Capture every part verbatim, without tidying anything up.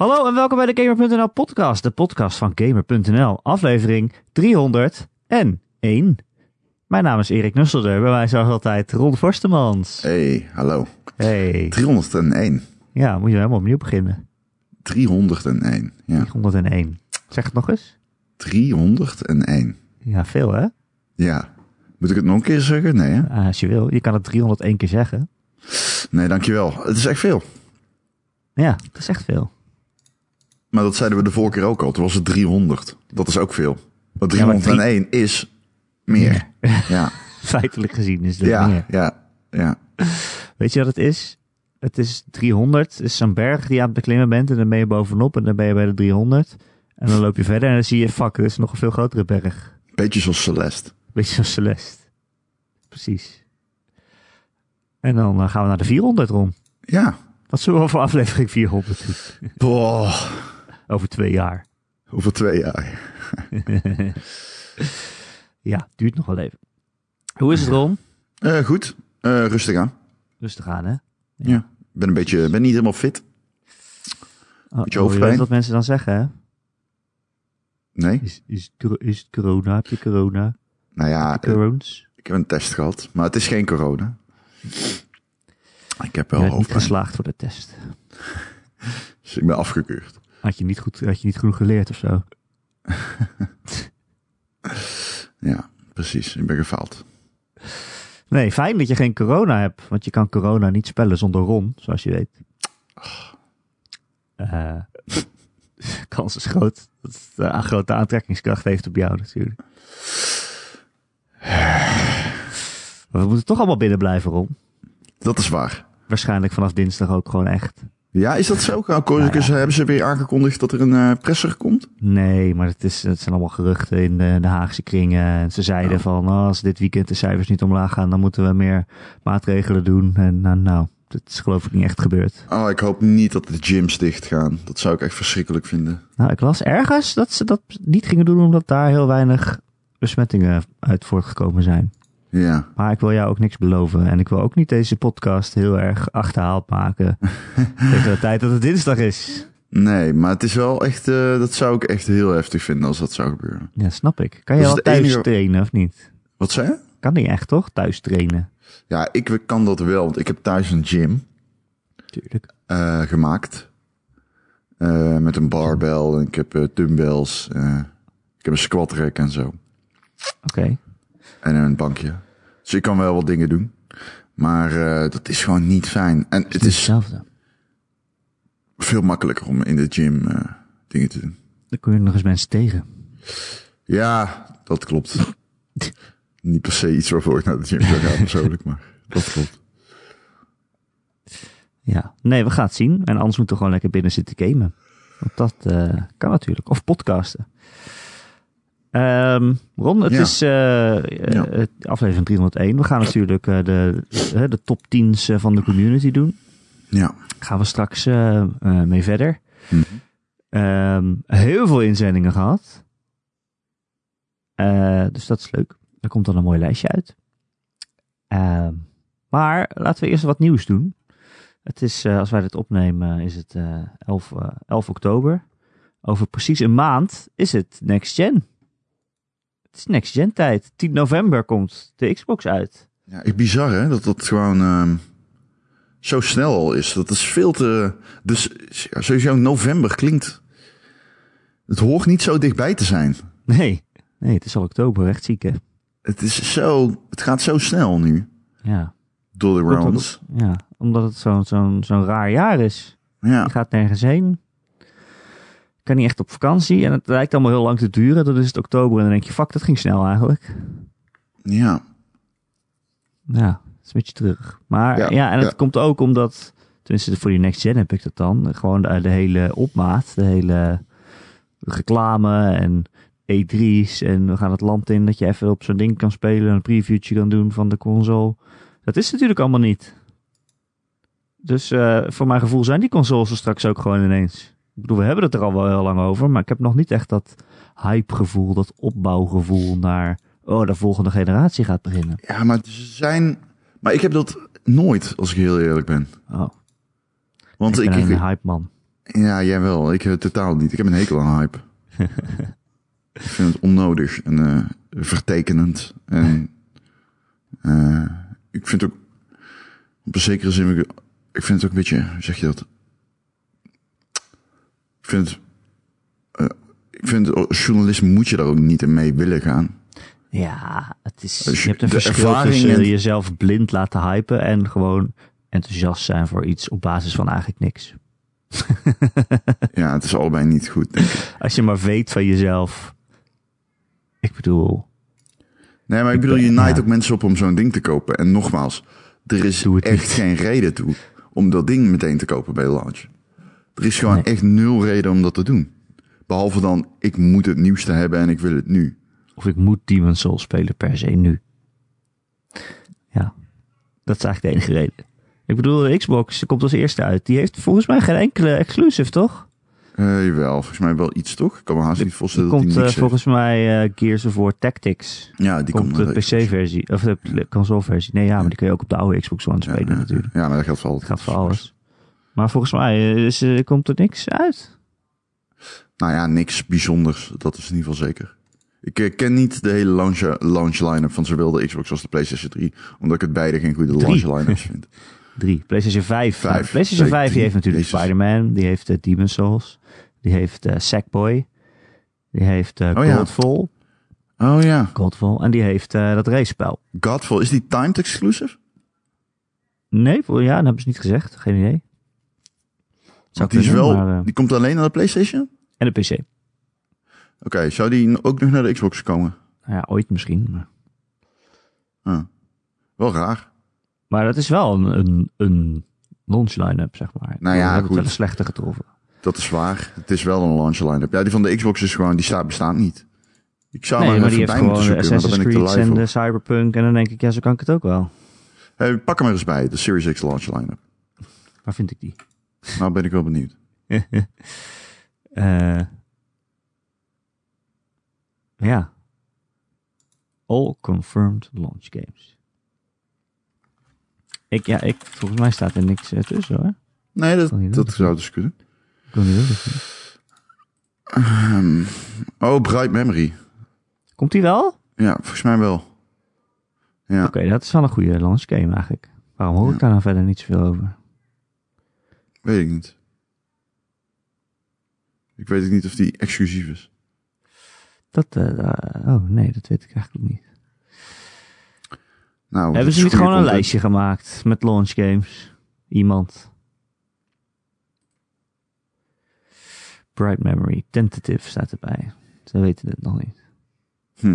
Hallo en welkom bij de Gamer punt n l podcast, de podcast van Gamer punt n l, aflevering driehonderdéén. Mijn naam is Erik Nusselder, bij mij zoals altijd Ron Forstemans. Hey, hallo. Hey. driehonderdéén. Ja, moet je helemaal opnieuw beginnen. driehonderdéén, ja. driehonderdéén. Zeg het nog eens. driehonderdéén. Ja, veel hè? Ja. Moet ik het nog een keer zeggen? Nee, hè? Uh, als je wil. Je kan het driehonderdéén keer zeggen. Nee, dankjewel. Het is echt veel. Ja, het is echt veel. Maar dat zeiden we de vorige keer ook al. Toen was het driehonderd. Dat is ook veel. Maar driehonderdéén ja, drie... is meer. Ja. ja. Feitelijk gezien is het ja, meer. Ja, ja. Weet je wat het is? Het is driehonderd. Het is zo'n berg die je aan het beklimmen bent. En dan ben je bovenop en dan ben je bij de driehonderd. En dan loop je verder en dan zie je, fuck, er is nog een veel grotere berg. Beetje zoals Celeste. Beetje zoals Celeste. Precies. En dan uh, gaan we naar de vierhonderd, Ron. Ja. Wat zullen we voor aflevering vierhonderd doen? Boah. Over twee jaar. Over twee jaar. Ja, duurt nog wel even. Hoe is het, Ron? Uh, goed. Uh, rustig aan. Rustig aan, hè? Ja. ja. Ik ben een beetje, ben niet helemaal fit. Oh, beetje hoofdpijn. Je weet wat mensen dan zeggen, hè? Nee. Is, is, is het corona? Heb je corona? Nou ja, Corons? Ik heb een test gehad, maar het is geen corona. Ik heb wel hoofdpijn. Je bent niet hoofdpijn. geslaagd voor de test. Dus ik ben afgekeurd. Had je niet goed, had je niet genoeg geleerd of zo? Ja, precies. Ik ben gefaald. Nee, fijn dat je geen corona hebt. Want je kan corona niet spellen zonder Ron, zoals je weet. Uh, kans is groot dat het uh, een grote aantrekkingskracht heeft op jou natuurlijk. Maar we moeten toch allemaal binnen blijven, Ron. Dat is waar. Waarschijnlijk vanaf dinsdag ook gewoon echt. Ja, is dat zo? Coricus, nou ja. Hebben ze weer aangekondigd dat er een uh, presser komt? Nee, maar het, is, het zijn allemaal geruchten in de, de Haagse kringen. En ze zeiden oh. van, oh, als dit weekend de cijfers niet omlaag gaan, dan moeten we meer maatregelen doen. En nou, nou dat is geloof ik niet echt gebeurd. Oh, ik hoop niet dat de gyms dicht gaan. Dat zou ik echt verschrikkelijk vinden. Nou, ik las ergens dat ze dat niet gingen doen, omdat daar heel weinig besmettingen uit voortgekomen zijn. Ja. Maar ik wil jou ook niks beloven. En ik wil ook niet deze podcast heel erg achterhaald maken tegen de tijd dat het dinsdag is. Nee, maar het is wel echt, uh, dat zou ik echt heel heftig vinden als dat zou gebeuren. Ja, snap ik. Kan je wel thuis enige... trainen of niet? Wat zei je? Kan niet echt, toch? Thuis trainen. Ja, ik kan dat wel, want ik heb thuis een gym. Tuurlijk. Uh, gemaakt. Uh, met een barbell en ik heb uh, dumbbells. Uh, ik heb een squat rack en zo. Oké. Okay. En een bankje. Dus ik kan wel wat dingen doen. Maar uh, dat is gewoon niet fijn. En het, het is hetzelfde. Veel makkelijker om in de gym uh, dingen te doen. Dan kom je nog eens mensen tegen. Ja, dat klopt. Niet per se iets waarvoor ik naar de gym zou gaan persoonlijk, maar dat klopt. Ja, nee, we gaan het zien. En anders moeten we gewoon lekker binnen zitten gamen. Want dat uh, kan natuurlijk. Of podcasten. Um, Ron, het ja. is uh, ja. uh, aflevering driehonderdéén. We gaan natuurlijk uh, de, uh, de top tien's uh, van de community doen. Ja. Gaan we straks uh, uh, mee verder. Mm-hmm. Um, heel veel inzendingen gehad. Uh, dus dat is leuk. Er komt dan een mooi lijstje uit. Uh, maar laten we eerst wat nieuws doen. Het is, uh, als wij dit opnemen, is het uh, elf, uh, elf oktober. Over precies een maand is het Next Gen. Het is Next Gen tijd. tien november komt de Xbox uit. Ja, echt bizar hè, dat dat gewoon uh, zo snel al is. Dat is veel te... Dus ja, sowieso november klinkt... Het hoort niet zo dichtbij te zijn. Nee, nee, het is al oktober, echt ziek hè. Het is zo... Het gaat zo snel nu. Ja. Door de rounds. Ja, omdat het zo'n zo'n zo'n raar jaar is. Ja. Je gaat nergens heen. Kan niet echt op vakantie. En het lijkt allemaal heel lang te duren. Dan is het oktober en dan denk je, fuck, dat ging snel eigenlijk. Ja. Ja, dat is een beetje terug. Maar ja, ja en het ja. komt ook omdat, tenminste voor die Next Gen heb ik dat dan, gewoon de, de hele opmaat, de hele reclame en E drie's en we gaan het land in dat je even op zo'n ding kan spelen, een previewtje kan doen van de console. Dat is natuurlijk allemaal niet. Dus uh, voor mijn gevoel zijn die consoles er straks ook gewoon ineens. Ik bedoel, we hebben het er al wel heel lang over, maar ik heb nog niet echt dat hypegevoel, dat opbouwgevoel naar, oh, de volgende generatie gaat beginnen. Ja, maar ze zijn, maar ik heb dat nooit, als ik heel eerlijk ben. Oh. Want ik ben ik, een ik, hype man. Ja, jij wel. Ik uh, totaal niet. Ik heb een hekel aan hype. Ik vind het onnodig en uh, vertekenend. En uh, ik vind ook, op een zekere zin, ik vind het ook een beetje, hoe zeg je dat? Ik vind het, uh, ik vind als journalist moet je daar ook niet in mee willen gaan. Ja, het is, je, je hebt een verschil tussen en... jezelf blind laten hypen en gewoon enthousiast zijn voor iets op basis van eigenlijk niks. Ja, het is allebei niet goed, denk ik. Als je maar weet van jezelf. Ik bedoel... Nee, maar ik, ik bedoel, je naait ja. ook mensen op om zo'n ding te kopen. En nogmaals, er is echt niet. geen reden toe om dat ding meteen te kopen bij de launch. Er is gewoon nee. echt nul reden om dat te doen. Behalve dan, ik moet het nieuwste hebben en ik wil het nu. Of ik moet Demon's Souls spelen per se nu. Ja, dat is eigenlijk de enige reden. Ik bedoel, de Xbox komt als eerste uit. Die heeft volgens mij geen enkele exclusive, toch? Uh, jawel, volgens mij wel iets, toch? Ik kan me haast niet voorstellen dat komt, die niks uh, volgens mij uh, Gears of War Tactics. Ja, die komt, komt de P C-versie, of de ja. console-versie. Nee, ja, maar die kun je ook op de oude Xbox One spelen ja, ja, natuurlijk. Ja, maar dat geldt voor alles. Dat geldt voor alles. Maar volgens mij is, uh, komt er niks uit. Nou ja, niks bijzonders. Dat is in ieder geval zeker. Ik uh, ken niet de hele launch, launch line-up van zowel de Xbox als de PlayStation drie. Omdat ik het beide geen goede launch line-ups vind. Drie. PlayStation vijf. vijf. Nou, PlayStation vijf drie. die heeft natuurlijk Jezus. Spider-Man. Die heeft uh, Demon's Souls. Die heeft uh, Sackboy. Die heeft uh, oh, Godfall. Ja. Oh ja. Godfall. En die heeft uh, dat race-spel. Godfall. Is die timed exclusive? Nee, ja, dat hebben ze niet gezegd. Geen idee. Die, is doen, wel, maar, uh, die komt alleen naar de PlayStation? En de P C. Oké, okay, zou die ook nog naar de Xbox komen? Nou ja, ooit misschien. Maar... Ah, wel raar. Maar dat is wel een, een, een launch line-up, zeg maar. Nou ja, goed. goed. Het wel slechter getroffen. Dat is waar. Het is wel een launch line-up. Ja, die van de Xbox is gewoon, die staat, bestaat niet. Ik zou nee, maar, maar even die heeft gewoon zoeken, de Assassin's Creed en op. de Cyberpunk. En dan denk ik, ja, zo kan ik het ook wel. Hey, pak hem er eens bij, de Series X launch line-up. Waar vind ik die? Nou ben ik wel benieuwd. uh, ja. All confirmed launch games. Ik, ja, ik, volgens mij staat er niks uh, tussen, hoor. Nee, dat, dat, dat zou dus kunnen. Ik wil niet doen. Um, oh, Bright Memory. Komt die wel? Ja, volgens mij wel. Ja. Oké, okay, dat is wel een goede launch game eigenlijk. Waarom hoor ik ja. daar nou verder niet zoveel over? Weet ik niet. Ik weet ook niet of die exclusief is. Dat, uh, uh, oh nee, dat weet ik eigenlijk niet. Nou, hebben ze niet gewoon content. Een lijstje gemaakt met launch games? Iemand. Bright Memory, tentative staat erbij. Ze weten het nog niet. Hm.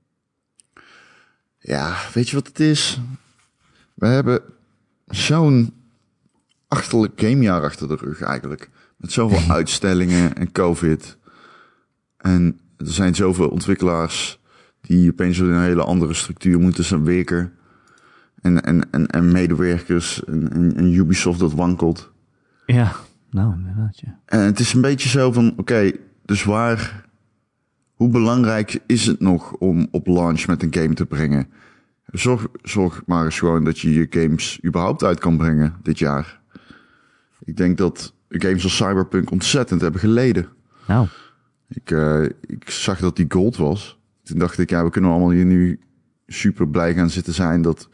Ja, weet je wat het is? We hebben zo'n achterlijk gamejaar achter de rug eigenlijk. Met zoveel uitstellingen en COVID. En er zijn zoveel ontwikkelaars die opeens in een hele andere structuur moeten werken. En, en, en, en medewerkers en, en, en Ubisoft dat wankelt. Ja, nou inderdaad, ja. En het is een beetje zo van, oké, okay, dus waar... Hoe belangrijk is het nog om op launch met een game te brengen? Zorg, zorg maar eens gewoon dat je je games überhaupt uit kan brengen dit jaar. Ik denk dat games als Cyberpunk ontzettend hebben geleden. Nou. Ik, uh, ik zag dat die gold was. Toen dacht ik, ja, we kunnen allemaal hier nu super blij gaan zitten zijn dat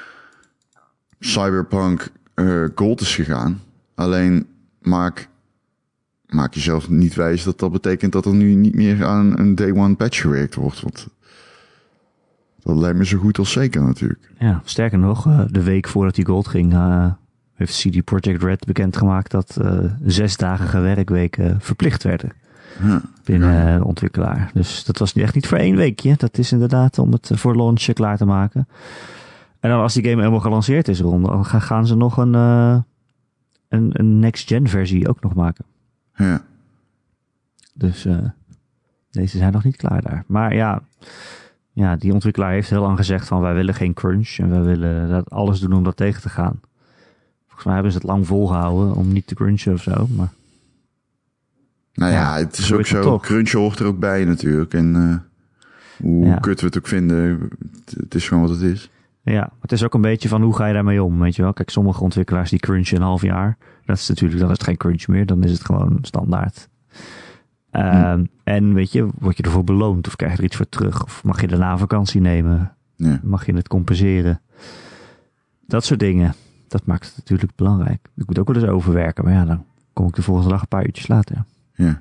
Cyberpunk uh, gold is gegaan. Alleen maak, maak jezelf niet wijs dat dat betekent dat er nu niet meer aan een day one patch gewerkt wordt. Want dat lijkt me zo goed als zeker natuurlijk. Ja, sterker nog, uh, de week voordat die gold ging, uh, heeft C D Projekt Red bekendgemaakt dat uh, zesdadige werkweken verplicht werden. Ja, binnen ja. de ontwikkelaar. Dus dat was echt niet voor één weekje. Dat is inderdaad om het voor launch klaar te maken. En dan als die game helemaal gelanceerd is rond, dan gaan ze nog een, uh, een, een next-gen versie ook nog maken. Ja. Dus uh, deze zijn nog niet klaar daar. Maar ja, ja, die ontwikkelaar heeft heel lang gezegd van wij willen geen crunch en wij willen dat alles doen om dat tegen te gaan. Volgens mij hebben ze het lang volgehouden om niet te crunchen of zo, maar nou ja, ja het is ook zo. Toch. Crunch hoort er ook bij natuurlijk. En uh, hoe ja. kut we het ook vinden, het is gewoon wat het is. Ja, maar het is ook een beetje van hoe ga je daarmee om, weet je wel. Kijk, sommige ontwikkelaars die crunchen een half jaar. Dat is natuurlijk, dan is het geen crunch meer. Dan is het gewoon standaard. Um, hm. En weet je, word je ervoor beloond of krijg je er iets voor terug? Of mag je daarna vakantie nemen? Ja. Mag je het compenseren? Dat soort dingen. Dat maakt het natuurlijk belangrijk. Ik moet ook wel eens overwerken. Maar ja, dan kom ik de volgende dag een paar uurtjes later. Ja.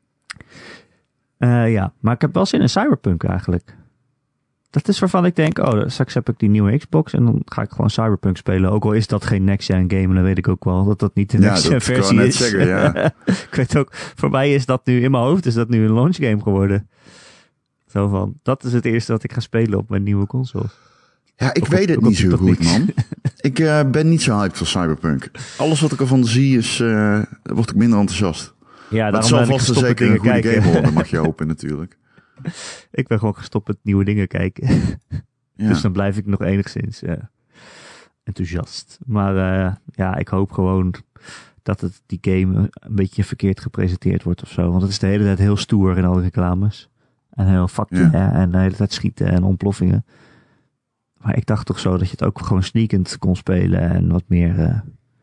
Uh, ja, maar ik heb wel zin in Cyberpunk eigenlijk. Dat is waarvan ik denk, oh, straks heb ik die nieuwe Xbox en dan ga ik gewoon Cyberpunk spelen. Ook al is dat geen next-gen game, dan weet ik ook wel dat dat niet de next-gen ja, versie is. Zeggen, ja. Ik weet ook, voor mij is dat nu, in mijn hoofd is dat nu een launch game geworden. Zo van, dat is het eerste wat ik ga spelen op mijn nieuwe console. Ja, ik of weet op, het niet zo goed, niet. man. ik uh, ben niet zo hyped voor Cyberpunk. Alles wat ik ervan zie is, uh, word ik minder enthousiast. Ja, dat zal vast zeker een goede kijken. game worden, mag je hopen natuurlijk. Ik ben gewoon gestopt met nieuwe dingen kijken. Ja. Dus dan blijf ik nog enigszins uh, enthousiast. Maar uh, ja, ik hoop gewoon dat het die game een beetje verkeerd gepresenteerd wordt of zo. Want het is de hele tijd heel stoer in alle reclames. En heel fucking ja. en de hele tijd schieten en ontploffingen. Maar ik dacht toch zo dat je het ook gewoon sneakend kon spelen en wat meer, uh,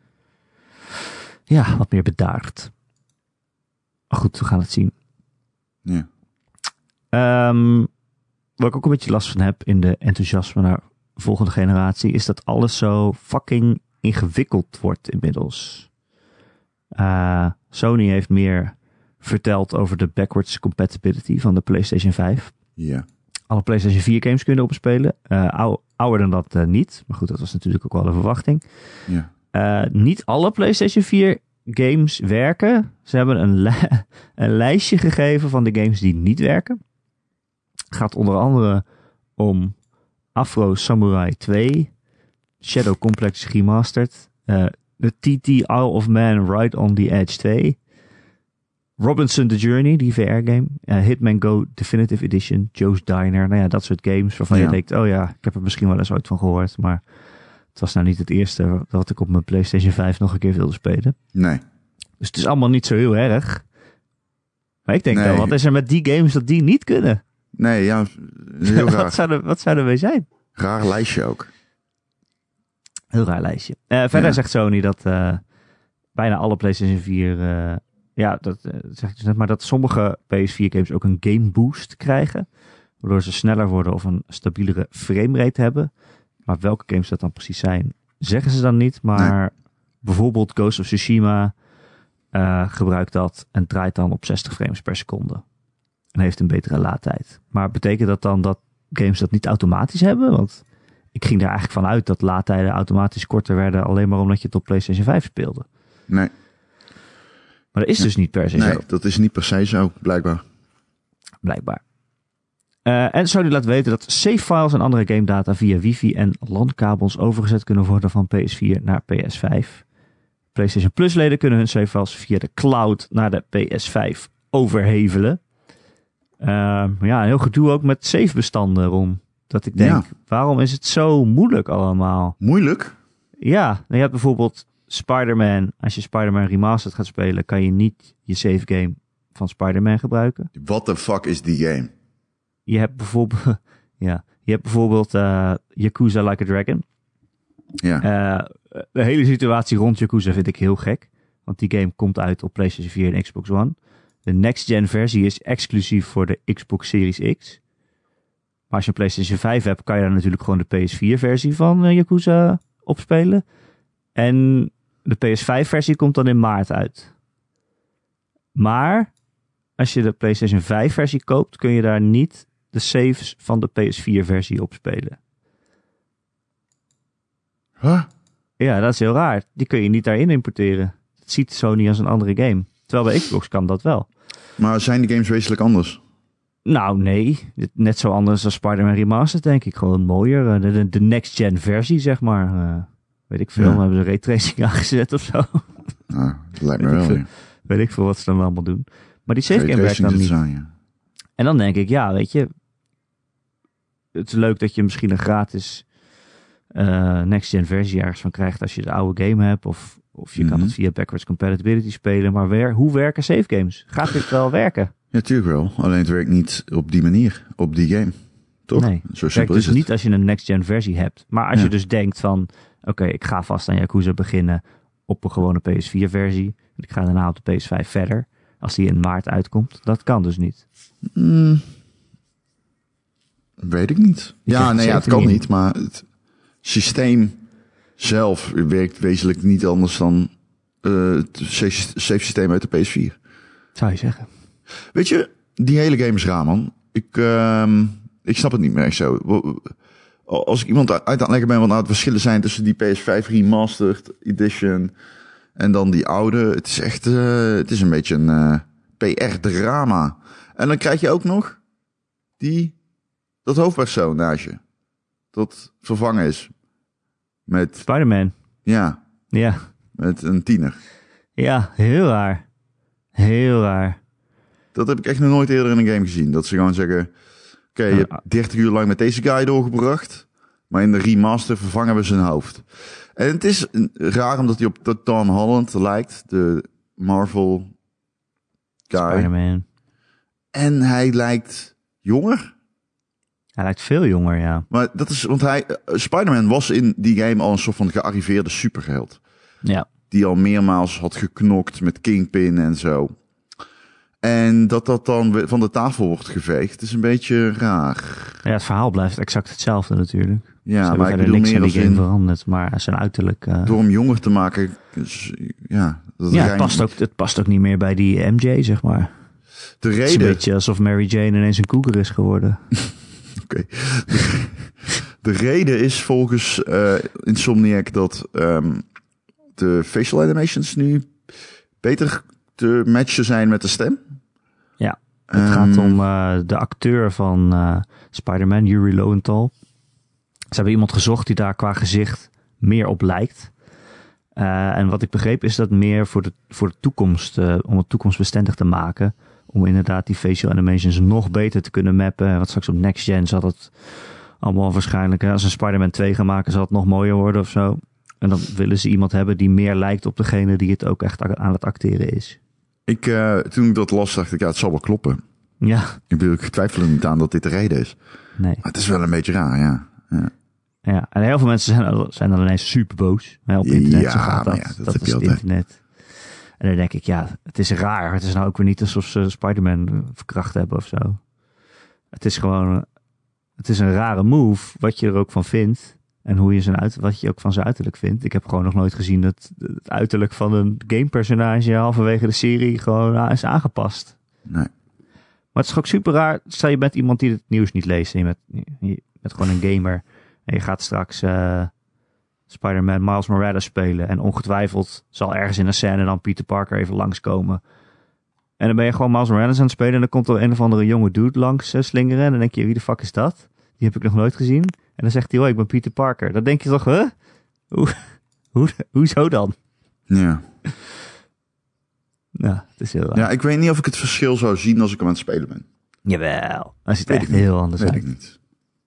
ja, wat meer bedaard. Maar goed, we gaan het zien. Ja. Um, waar ik ook een beetje last van heb in de enthousiasme naar de volgende generatie, is dat alles zo fucking ingewikkeld wordt inmiddels. Uh, Sony heeft meer verteld over de backwards compatibility van de PlayStation vijf. Ja. Alle PlayStation vier games kunnen op spelen. Uh, ou- ouder dan dat uh, niet. Maar goed, dat was natuurlijk ook wel een verwachting. Ja. Uh, niet alle PlayStation vier games werken. Ze hebben een, li- een lijstje gegeven van de games die niet werken. Het gaat onder andere om Afro Samurai twee, Shadow Complex Remastered, uh, de T T Isle of Man Ride on the Edge twee, Robinson The Journey, die V R-game, uh, Hitman Go Definitive Edition, Joe's Diner, nou ja, dat soort games waarvan ja. je denkt, oh ja, ik heb er misschien wel eens ooit van gehoord, maar het was nou niet het eerste wat ik op mijn PlayStation vijf nog een keer wilde spelen. Nee. Dus het is allemaal niet zo heel erg. Maar ik denk nee. dan, wat is er met die games dat die niet kunnen? Nee, ja, heel raar. wat, zou er, wat zou er mee zijn? Raar lijstje ook. Heel raar lijstje. Uh, verder ja. zegt Sony dat uh, bijna alle PlayStation vier... Uh, ja, dat uh, zeg ik dus net, maar dat sommige P S vier games ook een game boost krijgen. Waardoor ze sneller worden of een stabielere framerate hebben. Maar welke games dat dan precies zijn, zeggen ze dan niet. Maar nee. bijvoorbeeld Ghost of Tsushima uh, gebruikt dat en draait dan op zestig frames per seconde. En heeft een betere laadtijd. Maar betekent dat dan dat games dat niet automatisch hebben? Want ik ging er eigenlijk van uit dat laadtijden automatisch korter werden alleen maar omdat je het op PlayStation vijf speelde. Nee. Maar dat is nee. dus niet per se nee, zo. Nee, dat is niet per se zo, blijkbaar. Blijkbaar. Uh, en Sony laat weten dat save files en andere game data via wifi en LAN-kabels overgezet kunnen worden van P S vier naar P S vijf. PlayStation Plus leden kunnen hun save files via de cloud naar de P S vijf overhevelen. Uh, ja, een heel gedoe ook met save-bestanden, Ron. Dat ik denk, ja. waarom is het zo moeilijk allemaal? Moeilijk? Ja, je hebt bijvoorbeeld Spider-Man. Als je Spider-Man Remastered gaat spelen, kan je niet je save game van Spider-Man gebruiken. What the fuck is die game? Je hebt bijvoorbeeld, ja, je hebt bijvoorbeeld uh, Yakuza Like a Dragon. Ja. Uh, de hele situatie rond Yakuza vind ik heel gek. Want die game komt uit op PlayStation vier en Xbox One. De next-gen versie is exclusief voor de Xbox Series X. Maar als je een PlayStation vijf hebt, kan je daar natuurlijk gewoon de P S vier versie van uh, Yakuza opspelen. En de P S vijf versie komt dan in maart uit. Maar als je de PlayStation vijf versie koopt, kun je daar niet de saves van de P S vier versie opspelen. Huh? Ja, dat is heel raar. Die kun je niet daarin importeren. Het ziet Sony als een andere game. Terwijl bij Xbox kan dat wel. Maar zijn die games wezenlijk anders? Nou, nee. Net zo anders als Spider-Man Remastered, denk ik. Gewoon mooier. De, de, de next-gen versie, zeg maar. Uh, weet ik veel. Ja. We hebben ze raytracing aangezet of zo. Nou, dat lijkt me weet wel, ik veel, ja. Weet ik veel wat ze dan allemaal doen. Maar die save game werkt dan niet. Design, ja. En dan denk ik, ja, weet je. Het is leuk dat je misschien een gratis uh, next-gen versie ergens van krijgt als je de oude game hebt. Of, of je mm-hmm. kan het via backwards compatibility spelen. Maar wer, hoe werken save games? Gaat dit wel werken? Ja, natuurlijk wel. Alleen het werkt niet op die manier, op die game. Toch? Nee, zo simpel dus is het. Niet als je een next-gen versie hebt. Maar als ja. je dus denkt van, oké, okay, ik ga vast aan Yakuza beginnen op een gewone P S vier versie. Ik ga daarna op de P S vijf verder. Als die in maart uitkomt. Dat kan dus niet. Mm, weet ik niet. Je ja, nee, ja, het kan niet. niet. Maar het systeem zelf werkt wezenlijk niet anders dan uh, het save systeem uit de P S vier. Zou je zeggen. Weet je, die hele game is raar, man. Ik, uh, ik snap het niet meer echt zo. Als ik iemand uit aan het leggen ben wat nou het verschillen zijn tussen die P S vijf Remastered Edition en dan die oude. Het is echt, uh, het is een beetje een uh, P R-drama. En dan krijg je ook nog die, dat hoofdpersonage dat vervangen is met Spider-Man. Ja. Ja. Met een tiener. Ja, heel raar. Heel raar. Dat heb ik echt nog nooit eerder in een game gezien. Dat ze gewoon zeggen, oké, okay, je hebt dertig uur lang met deze guy doorgebracht, maar in de remaster vervangen we zijn hoofd. En het is raar omdat hij op Tom Holland lijkt, de Marvel guy. Spider-Man. En hij lijkt jonger. Hij lijkt veel jonger, ja. Maar dat is, want hij, uh, Spider-Man was in die game al een soort van gearriveerde superheld. Ja. Die al meermaals had geknokt met Kingpin en zo. En dat dat dan van de tafel wordt geveegd, is een beetje raar. Ja, het verhaal blijft exact hetzelfde natuurlijk. Ja, maar ik bedoel meer als in veranderd, maar zijn uiterlijk. Uh... Door hem jonger te maken, dus, ja. Dat ja, het past, ook, het past ook niet meer bij die M J, zeg maar. De reden. Het is een beetje alsof Mary Jane ineens een cougar is geworden. Oké. Okay. De, de reden is volgens uh, Insomniac dat um, de facial animations nu beter te matchen zijn met de stem. Ja, het um, gaat om uh, de acteur van uh, Spider-Man, Yuri Lowenthal. Ze hebben iemand gezocht die daar qua gezicht meer op lijkt. Uh, en wat ik begreep is dat meer voor de, voor de toekomst, uh, om het toekomstbestendig te maken. Om inderdaad die facial animations nog beter te kunnen mappen. Wat straks op Next Gen zal het allemaal waarschijnlijk, hè, als een Spider-Man twee gaan maken, zal het nog mooier worden of zo. En dan willen ze iemand hebben die meer lijkt op degene die het ook echt aan het acteren is. Ik, uh, toen ik dat las, dacht ik, ja, het zal wel kloppen. Ja. Ik bedoel, ik twijfel er niet aan dat dit de reden is. Nee. Maar het is wel een beetje raar, ja. Ja, ja. En heel veel mensen zijn, zijn dan ineens super boos. Hè, op internet, ja, zo gaat dat. Ja, dat, dat heb is je het altijd. internet. En dan denk ik, ja, het is raar. Het is nou ook weer niet alsof ze Spider-Man verkracht hebben of zo. Het is gewoon, het is een rare move, wat je er ook van vindt. En hoe je zijn uit, wat je ook van zijn uiterlijk vindt. Ik heb gewoon nog nooit gezien dat het uiterlijk van een gamepersonage halverwege de serie gewoon is aangepast. Nee. Maar het is ook super raar. Stel je bent iemand die het nieuws niet leest. En je bent, je bent gewoon een gamer. En je gaat straks uh, Spider-Man Miles Morales spelen. En ongetwijfeld zal ergens in een scène dan Peter Parker even langskomen. En dan ben je gewoon Miles Morales aan het spelen. En dan komt er een of andere jonge dude langs uh, slingeren. En dan denk je, wie de fuck is dat? Die heb ik nog nooit gezien. En dan zegt hij, oh, ik ben Peter Parker. Dan denk je toch, huh? Hoe, hoe, hoezo dan? Ja. Nou, het is heel raar. Ja, ik weet niet of ik het verschil zou zien als ik hem aan het spelen ben. Jawel. Dan ziet het echt heel anders weet uit. Weet ik niet.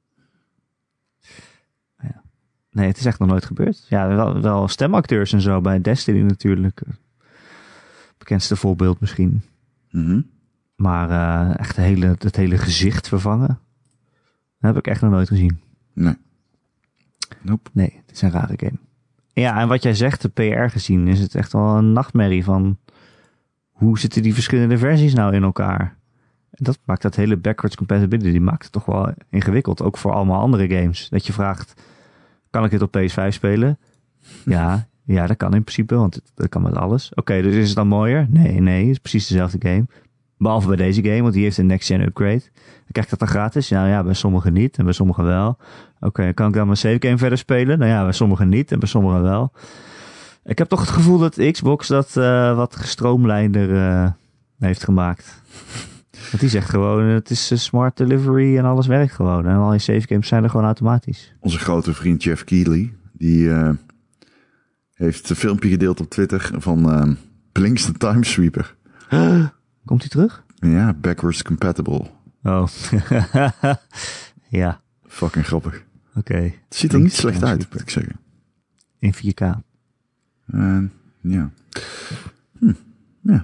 Ja. Nee, het is echt nog nooit gebeurd. Ja, wel, wel stemacteurs en zo bij Destiny natuurlijk. Bekendste voorbeeld misschien. Mm-hmm. Maar uh, echt hele, het hele gezicht vervangen. Dat heb ik echt nog nooit gezien. Nee. Nope. Nee, het is een rare game. Ja, en wat jij zegt, de P R gezien, is het echt wel een nachtmerrie van hoe zitten die verschillende versies nou in elkaar? En dat maakt dat hele backwards compatibility, die maakt het toch wel ingewikkeld. Ook voor allemaal andere games. Dat je vraagt, kan ik dit op P S vijf spelen? Ja, ja, dat kan in principe, want het, dat kan met alles. Oké, okay, dus is het dan mooier? Nee, nee, het is precies dezelfde game. Behalve bij deze game, want die heeft een next-gen upgrade. Dan krijg ik dat dan gratis? Nou ja, bij sommigen niet en bij sommigen wel. Oké, okay, kan ik dan mijn save game verder spelen? Nou ja, bij sommigen niet en bij sommigen wel. Ik heb toch het gevoel dat Xbox dat uh, wat gestroomlijnder uh, heeft gemaakt. Want die zegt gewoon, het is uh, smart delivery en alles werkt gewoon. En al je save games zijn er gewoon automatisch. Onze grote vriend Jeff Keighley, die uh, heeft een filmpje gedeeld op Twitter van uh, Blinks the Timesweeper. Komt hij terug? Ja, backwards compatible. Oh. Ja. Fucking grappig. Oké. Okay. Het ziet er niet slecht uit, moet ik zeggen. In vier K. Uh, ja. Hm. Ja.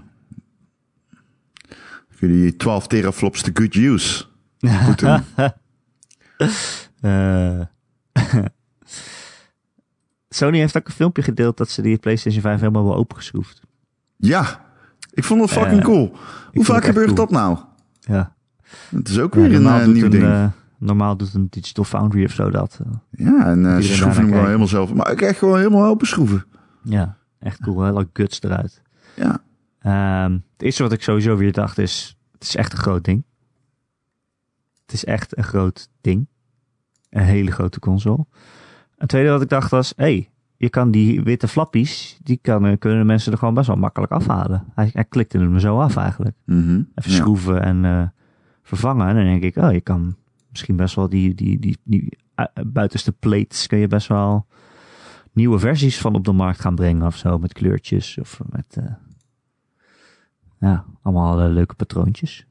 Jullie twaalf teraflops to good use. Goed doen. uh, Sony heeft ook een filmpje gedeeld dat ze die PlayStation vijf helemaal hebben opengeschroefd. Ja, ik vond het fucking uh, cool. Hoe vaak gebeurt cool. dat nou? Ja. Het is ook weer ja, een uh, nieuw een, ding. Uh, normaal doet een Digital Foundry of zo dat. Uh, ja, en uh, ze schroeven hem gewoon helemaal zelf. Maar ik krijg gewoon helemaal openschroeven. Ja, echt cool. Hele guts eruit. Ja. Um, het eerste wat ik sowieso weer dacht is, het is echt een groot ding. Het is echt een groot ding. Een hele grote console. Het tweede wat ik dacht was, hé, hey, je kan die witte flappies, die kan, kunnen mensen er gewoon best wel makkelijk afhalen. Hij, hij klikte hem zo af eigenlijk. Mm-hmm. Even ja. schroeven en uh, vervangen. En dan denk ik, oh, je kan misschien best wel die, die, die, die uh, buitenste plates, kun je best wel nieuwe versies van op de markt gaan brengen of zo. Met kleurtjes of met, uh, ja, allemaal uh, leuke patroontjes.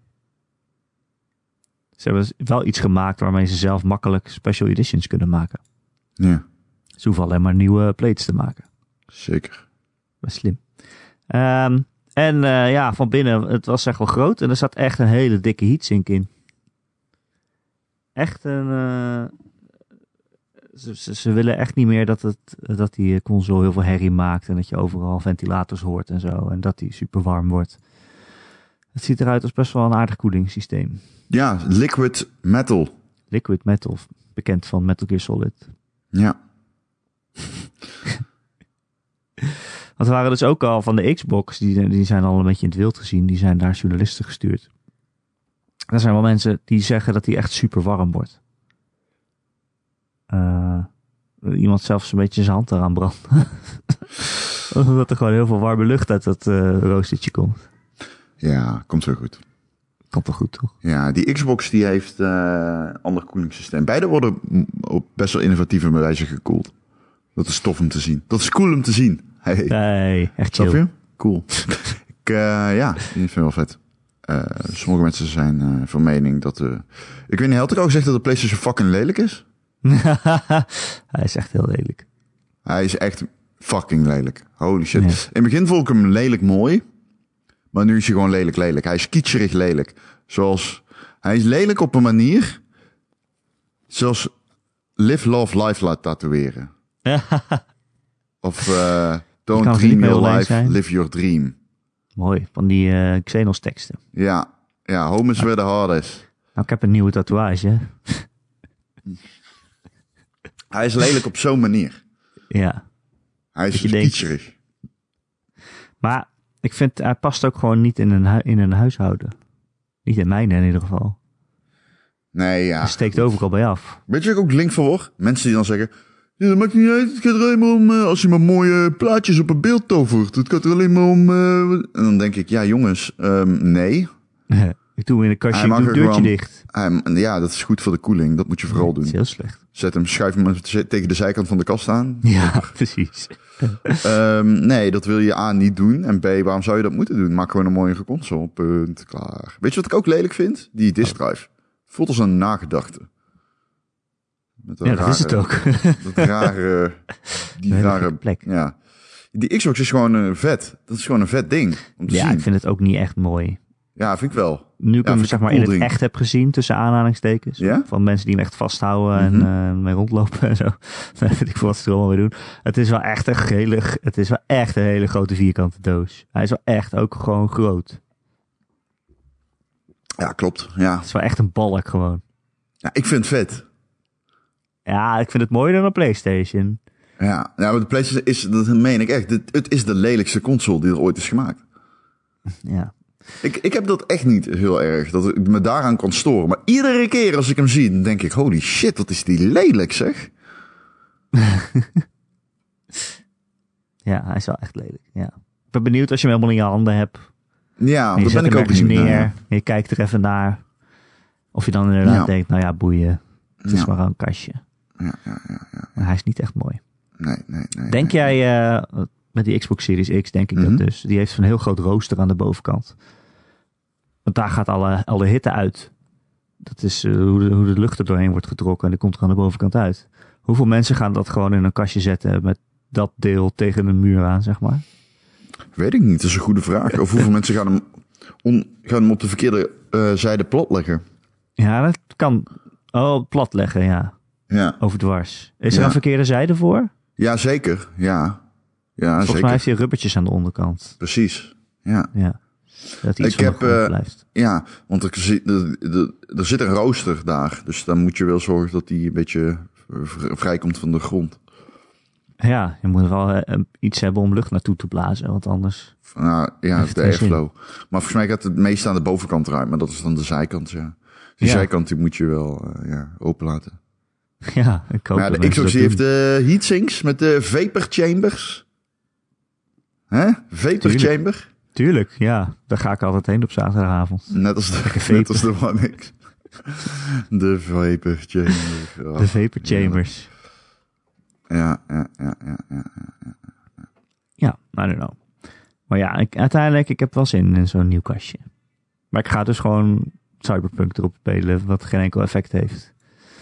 Ze hebben wel iets gemaakt waarmee ze zelf makkelijk special editions kunnen maken. Ja. Ze hoeven alleen maar nieuwe plates te maken. Zeker. Best slim. Um, en uh, ja, van binnen, het was echt wel groot. En er zat echt een hele dikke heatsink in. Echt een... Uh, ze, ze, ze willen echt niet meer dat, het, dat die console heel veel herrie maakt. En dat je overal ventilators hoort en zo. En dat die super warm wordt. Het ziet eruit als best wel een aardig koelingssysteem. Ja, liquid metal. Liquid metal, bekend van Metal Gear Solid. Ja. Want we waren dus ook al van de Xbox, die, die zijn al een beetje in het wild gezien. Die zijn daar journalisten gestuurd. Er zijn wel mensen die zeggen dat die echt super warm wordt. Uh, iemand zelfs een beetje zijn hand eraan brandt. Omdat er gewoon heel veel warme lucht uit dat uh, roostertje komt. Ja, komt zo goed. Komt wel goed, toch? Ja, die Xbox die heeft een uh, ander koelingssysteem. Beide worden op best wel innovatieve wijze gekoeld. Dat is tof om te zien. Dat is cool om te zien. Hey. Nee, echt chill. Snap je? Cool. ik, uh, ja, ik vind het wel vet. Uh, sommige mensen zijn uh, van mening dat... Uh, ik weet niet, had ik al gezegd dat de PlayStation fucking lelijk is? Hij is echt heel lelijk. Hij is echt fucking lelijk. Holy shit. Ja. In het begin vond ik hem lelijk mooi. Maar nu is hij gewoon lelijk lelijk. Hij is kitscherig lelijk. Zoals... Hij is lelijk op een manier... Zoals... Live, love, life laat tatoeëren. Of... Uh, don't dream your life, zijn. Live your dream. Mooi. Van die uh, Xenos teksten. Ja. Ja, home is where the heart is. Nou, ik heb een nieuwe tatoeage. Hij is lelijk op zo'n manier. Ja. Hij is kitscherig. Maar... Ik vind, hij past ook gewoon niet in een, hu- in een huishouden. Niet in mijne in ieder geval. Nee, ja. Hij steekt overal bij af. Weet je wat ik ook link voor word? Mensen die dan zeggen... Ja, dat maakt niet uit. Het gaat er alleen maar om... Uh, als je maar mooie plaatjes op een beeld tovert. Het gaat er alleen maar om... Uh, en dan denk ik... Ja, jongens. Um, nee. Ik doe hem in een kastje. Ik doe het deurtje gewoon, dicht. Um, ja, dat is goed voor de koeling. Dat moet je vooral doen. Dat is heel slecht. Zet hem, schuif hem tegen de zijkant van de kast aan. Ja, precies. um, nee, dat wil je A niet doen. En B, waarom zou je dat moeten doen? Maak gewoon een mooie console. Punt. Klaar. Weet je wat ik ook lelijk vind? Die disk drive. Voelt als een nagedachte. Met ja, dat rare, is het ook. Dat rare... Die rare plek. Ja. Die Xbox is gewoon uh, vet. Dat is gewoon een vet ding om te ja, zien. Ja, ik vind het ook niet echt mooi. Ja, vind ik wel. Nu ik ja, hem zeg maar cool in het ding. Echt heb gezien, tussen aanhalingstekens. Ja? Van mensen die hem echt vasthouden mm-hmm. en uh, mee rondlopen en zo. Dan weet ik wat ze er allemaal mee doen. Het is wel echt een hele, het is wel echt een hele grote vierkante doos. Hij is wel echt ook gewoon groot. Ja, klopt. Ja. Het is wel echt een balk gewoon. Ja, ik vind het vet. Ja, ik vind het mooier dan een PlayStation. Ja, ja maar de PlayStation is, dat meen ik echt, het, het is de lelijkste console die er ooit is gemaakt. Ja. Ik, ik heb dat echt niet heel erg, dat ik me daaraan kan storen. Maar iedere keer als ik hem zie, dan denk ik, holy shit, wat is die lelijk, zeg. Ja, hij is wel echt lelijk, ja. Ik ben benieuwd als je hem helemaal in je handen hebt. Ja, dat ben ik ook benieuwd neer, naar. Je kijkt er even naar. Of je dan inderdaad ja. denkt, nou ja, boeien. Het is ja. maar een kastje. Ja, ja, ja, ja. Maar hij is niet echt mooi. Nee, nee, nee. Denk nee, jij, uh, met die Xbox Series X denk ik mm-hmm. dat dus. Die heeft een heel groot rooster aan de bovenkant. Want daar gaat alle, alle hitte uit. Dat is uh, hoe, de, hoe de lucht er doorheen wordt getrokken. En die komt er aan de bovenkant uit. Hoeveel mensen gaan dat gewoon in een kastje zetten met dat deel tegen een muur aan, zeg maar? Weet ik niet, dat is een goede vraag. Of hoeveel mensen gaan hem, on, gaan hem op de verkeerde uh, zijde plat leggen? Ja, dat kan Oh, platleggen, ja. Ja. Overdwars. Is ja. er een verkeerde zijde voor? Ja, zeker. Ja. ja Volgens zeker. mij heeft hij rubbertjes aan de onderkant. Precies. Ja. Ja. Dat iets ik van heb, de grond uh, blijft. Ja, want er, zit, er, er, er zit een rooster daar. Dus dan moet je wel zorgen dat die een beetje vrijkomt van de grond. Ja, je moet wel uh, iets hebben om lucht naartoe te blazen, want anders... Nou, ja, de airflow. Maar volgens mij gaat het meest aan de bovenkant eruit, maar dat is dan de zijkant, ja. Die ja. zijkant die moet je wel uh, ja, openlaten. Ja, ik hoop maar ja, de Xbox die heeft de uh, heatsinks met de vapor chambers. Hè? Vapor Tuurlijk. chamber. Tuurlijk, ja. Daar ga ik altijd heen op zaterdagavond. Net als de, net als de One X. De vapor chamber. Oh, de vapor chambers. Ja, ja, ja, ja, ja, ja. Ja, I don't know. Maar ja, ik, uiteindelijk, ik heb wel zin in zo'n nieuw kastje. Maar ik ga dus gewoon Cyberpunk erop spelen, wat geen enkel effect heeft.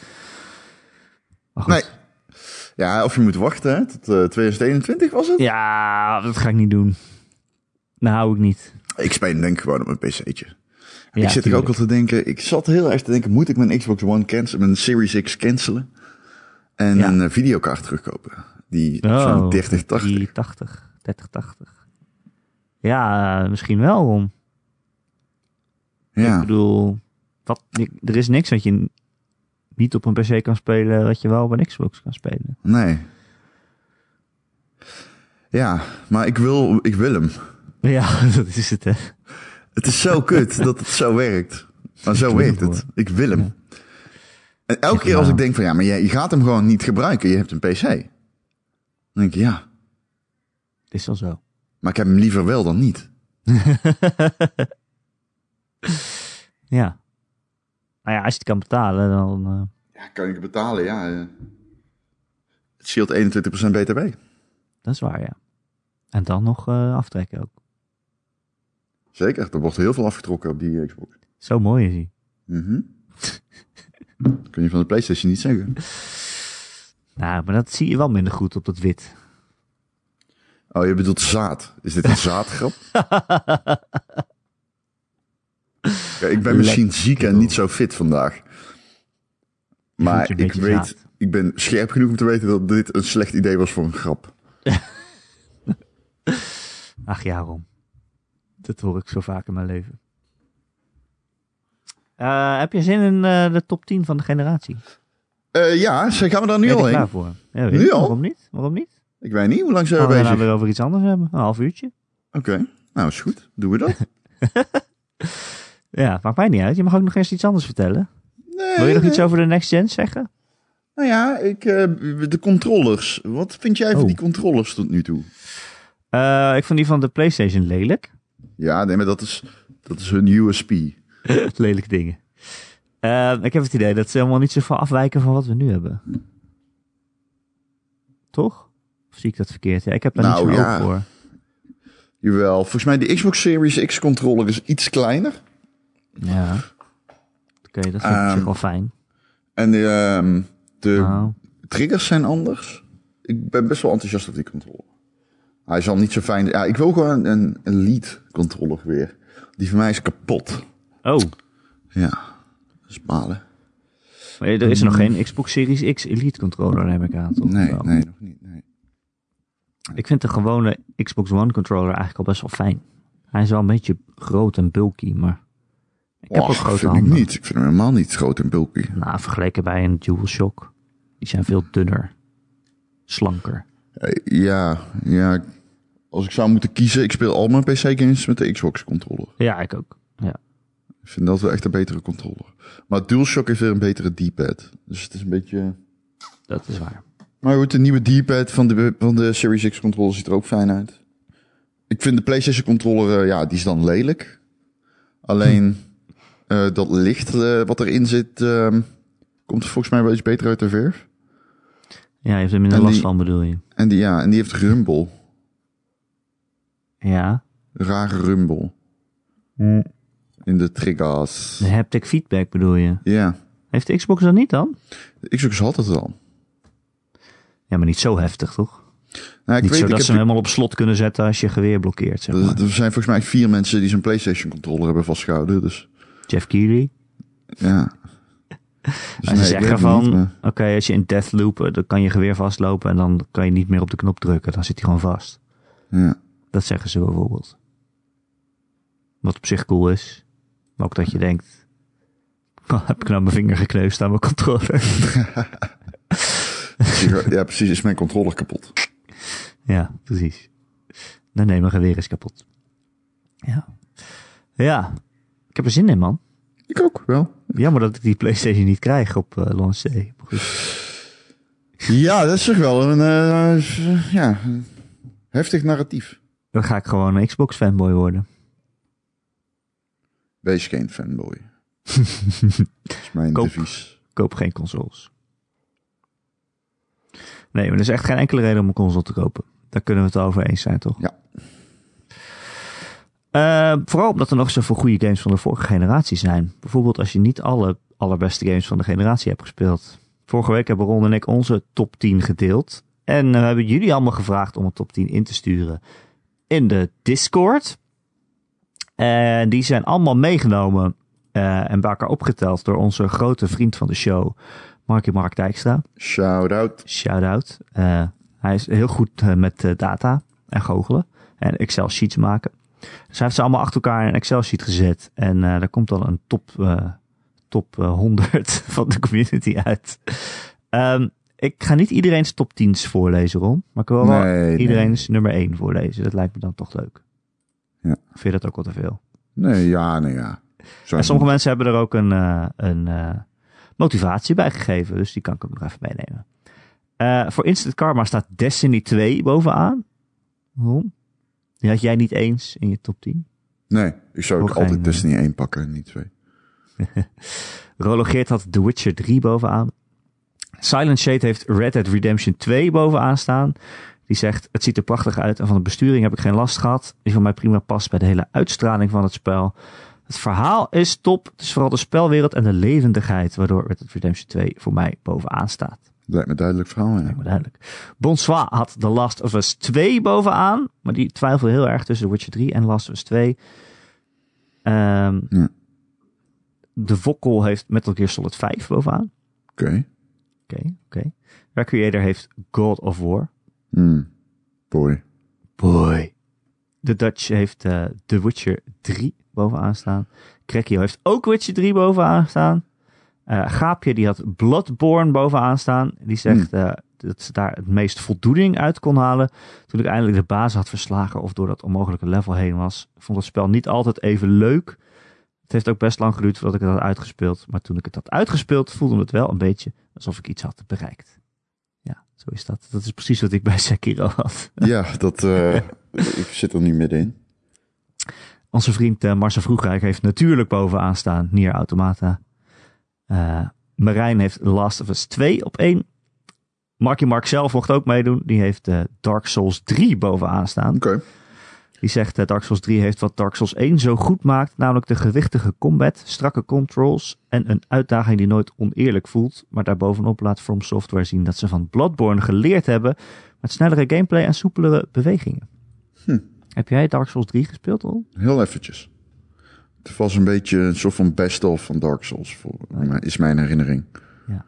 Nee. Ja, of je moet wachten, hè? Tot uh, twintig eenentwintig was het? Ja, dat ga ik niet doen. Nou, hou ik niet. Ik speel denk ik gewoon op mijn pc'tje. Ja, ik zit er ook al te denken, ik zat heel erg te denken, moet ik mijn Xbox One cancelen, mijn Series X cancelen en ja. een uh, videokaart terugkopen? Die oh, zo'n dertig tachtig. Die tachtig, dertig tachtig. Ja, uh, misschien wel om. Ja. Ik bedoel, wat, er is niks wat je niet op een P C kan spelen, wat je wel op een Xbox kan spelen. Nee. Ja, maar ik wil, ik wil hem. Ja, dat is het, hè. Het is zo kut dat het zo werkt. Maar zo werkt het. Ik wil hem. Ja. En elke keer als ik denk van, ja, maar je, je gaat hem gewoon niet gebruiken. Je hebt een P C. Dan denk ik, ja. Het is wel zo. Maar ik heb hem liever wel dan niet. Ja. Nou ja, als je het kan betalen, dan... Uh... Ja, kan ik het betalen, ja. Uh, het scheelt eenentwintig procent B T W. Dat is waar, ja. En dan nog uh, aftrekken ook. Zeker, er wordt heel veel afgetrokken op die Xbox. Zo mooi is hij. Mm-hmm. Dat kun je van de PlayStation niet zeggen. Nou, maar dat zie je wel minder goed op dat wit. Oh, je bedoelt zaad. Is dit een zaadgrap? Ja, ik ben misschien Lek- ziek en niet zo fit vandaag. Maar ik weet, zaad. ik ben scherp genoeg om te weten dat dit een slecht idee was voor een grap. Ach ja, Ron. Dat hoor ik zo vaak in mijn leven. Uh, heb je zin in uh, de top tien van de generatie? Uh, ja, gaan we daar nu ben al heen? Klaar voor? Ja, nu al? Waarom niet? Waarom niet? Ik weet niet, hoe lang zijn we bezig? Gaan we nou weer over iets anders hebben? Een half uurtje. Oké, okay. Nou is goed. Doen we dat. Ja, maakt mij niet uit. Je mag ook nog eens iets anders vertellen. Nee, Wil je nog nee. iets over de next gen zeggen? Nou ja, ik, uh, de controllers. Wat vind jij oh. van die controllers tot nu toe? Uh, ik vond die van de PlayStation lelijk. Ja, nee, maar dat is, dat is hun U S P. Lelijke dingen. Uh, ik heb het idee dat ze helemaal niet zoveel afwijken van wat we nu hebben. Toch? Of zie ik dat verkeerd? Ja, ik heb daar nou, niet zo ja. oog voor. Jawel, volgens mij de Xbox Series X controller is iets kleiner. Ja. Oké, okay, dat vind ik um, op zich wel fijn. En de, um, de nou. triggers zijn anders. Ik ben best wel enthousiast op die controller. Hij is al niet zo fijn. Ja, ik wil gewoon een, een lead controller weer. Die van mij is kapot. Oh. Ja, dat is balen. Maar er is er nog geen Xbox Series X Elite controller, neem ik aan. Toch? Nee, wel? nee, nog niet. Nee. Ik vind de gewone Xbox One controller eigenlijk al best wel fijn. Hij is wel een beetje groot en bulky, maar ik heb Och, ook grote vind handen. Ik niet. Ik vind hem helemaal niet groot en bulky. Nou, vergeleken bij een DualShock. Die zijn veel dunner. Slanker. Ja, ja. Als ik zou moeten kiezen, ik speel al mijn P C-games met de Xbox controller. Ja, ik ook. Ja. Ik vind dat wel echt een betere controller. Maar DualShock heeft weer een betere D-pad. Dus het is een beetje... Dat is waar. Maar goed, de nieuwe D-pad van de, van de Series X controller ziet er ook fijn uit. Ik vind de PlayStation controller, uh, ja, die is dan lelijk. Alleen hm. uh, dat licht uh, wat erin zit, uh, komt volgens mij wel iets beter uit de verf. Ja, je heeft er minder en last die, van, bedoel je? En die, ja, en die heeft rumble. Ja. Rare rumble. Hm. In de triggers. De haptic feedback bedoel je? Ja. Heeft de Xbox dat niet dan? De Xbox had het al. Ja, maar niet zo heftig, toch? Nou, ik niet weet, zo dat ik ze hem helemaal op slot kunnen zetten als je geweer blokkeert, zeg maar. Er zijn volgens mij vier mensen die zijn PlayStation controller hebben vastgehouden, dus... Jeff Keighley? Ja. Dus als ze nee, zeggen van, niet, maar... oké, okay, als je in Deathloop, dan kan je geweer vastlopen en dan kan je niet meer op de knop drukken. Dan zit hij gewoon vast. Ja. Dat zeggen ze bijvoorbeeld. Wat op zich cool is. Maar ook dat je denkt, oh, heb ik nou mijn vinger gekneusd aan mijn controller? Ja, precies. Is mijn controller kapot? Ja, precies. Nee, nee, mijn geweer is kapot. Ja. Ja. Ik heb er zin in, man. Ik ook, wel. Jammer dat ik die PlayStation niet krijg op uh, launch day. Ja, dat is toch wel een uh, ja, heftig narratief. Dan ga ik gewoon een Xbox fanboy worden. Wees geen fanboy. Dat is mijn koop, devies. Koop geen consoles. Nee, maar er is echt geen enkele reden om een console te kopen. Daar kunnen we het over eens zijn, toch? Ja. Uh, vooral omdat er nog zoveel goede games van de vorige generatie zijn. Bijvoorbeeld als je niet alle allerbeste games van de generatie hebt gespeeld. Vorige week hebben Ron en ik onze top tien gedeeld. En uh, we hebben jullie allemaal gevraagd om een top tien in te sturen in de Discord. En die zijn allemaal meegenomen uh, en bij elkaar opgeteld door onze grote vriend van de show, Markie Mark Dijkstra. Shout-out. Shout-out. Uh, hij is heel goed uh, met uh, data en goochelen en Excel-sheets maken. Dus hij heeft ze allemaal achter elkaar in een Excel-sheet gezet. En uh, daar komt dan een top, uh, top uh, honderd van de community uit. Um, ik ga niet iedereen's top tien's voorlezen, Ron. Maar ik wil wel nee, iedereen's nee. nummer één voorlezen. Dat lijkt me dan toch leuk. Ja. Vind je dat ook wel te veel? Nee, ja, nee, ja. Zo en sommige mensen hebben er ook een, uh, een uh, motivatie bij gegeven. Dus die kan ik ook nog even meenemen. Uh, voor Instant Karma staat Destiny twee bovenaan. Ron? Die had jij niet eens in je top tien? Nee, ik zou ook Ook altijd geen, Destiny één pakken en niet twee. Rolo Geert had The Witcher drie bovenaan. Silent Shade heeft Red Dead Redemption twee bovenaan staan. Die zegt, het ziet er prachtig uit en van de besturing heb ik geen last gehad. Die van mij prima past bij de hele uitstraling van het spel. Het verhaal is top. Het is vooral de spelwereld en de levendigheid waardoor Red Dead Redemption twee voor mij bovenaan staat. Lijkt me duidelijk verhaal, ja. Lijkt me duidelijk. Bonsoir had The Last of Us twee bovenaan. Maar die twijfelde heel erg tussen The Witcher drie en Last of Us twee. Um, ja. De Vokkel heeft Metal Gear Solid vijf bovenaan. Oké. Okay. Oké, okay, oké. Okay. Recreator heeft God of War. Hmm. Boy. Boy. The Dutch heeft uh, The Witcher drie bovenaan staan. Krekio heeft ook Witcher drie bovenaan staan. Uh, Gaapje die had Bloodborne bovenaan staan. Die zegt uh, dat ze daar het meest voldoening uit kon halen. Toen ik eindelijk de baas had verslagen of door dat onmogelijke level heen was. Ik vond het spel niet altijd even leuk. Het heeft ook best lang geduurd voordat ik het had uitgespeeld. Maar toen ik het had uitgespeeld voelde het wel een beetje alsof ik iets had bereikt. Ja, zo is dat. Dat is precies wat ik bij Sekiro had. Ja, dat, uh, ik zit er niet middenin. Onze vriend uh, Marcel Vroegrijk heeft natuurlijk bovenaan staan Nier Automata. Uh, Marijn heeft Last of Us twee op één. Marky Mark zelf mocht ook meedoen. Die heeft uh, Dark Souls drie bovenaan staan. Oké. Okay. Die zegt uh, Dark Souls drie heeft wat Dark Souls één zo goed maakt. Namelijk de gewichtige combat, strakke controls en een uitdaging die nooit oneerlijk voelt. Maar daarbovenop laat From Software zien dat ze van Bloodborne geleerd hebben. Met snellere gameplay en soepelere bewegingen. Hm. Heb jij Dark Souls drie gespeeld al? Heel eventjes. Het was een beetje een soort van best-of van Dark Souls, voor, oh, ja. is mijn herinnering. Ja.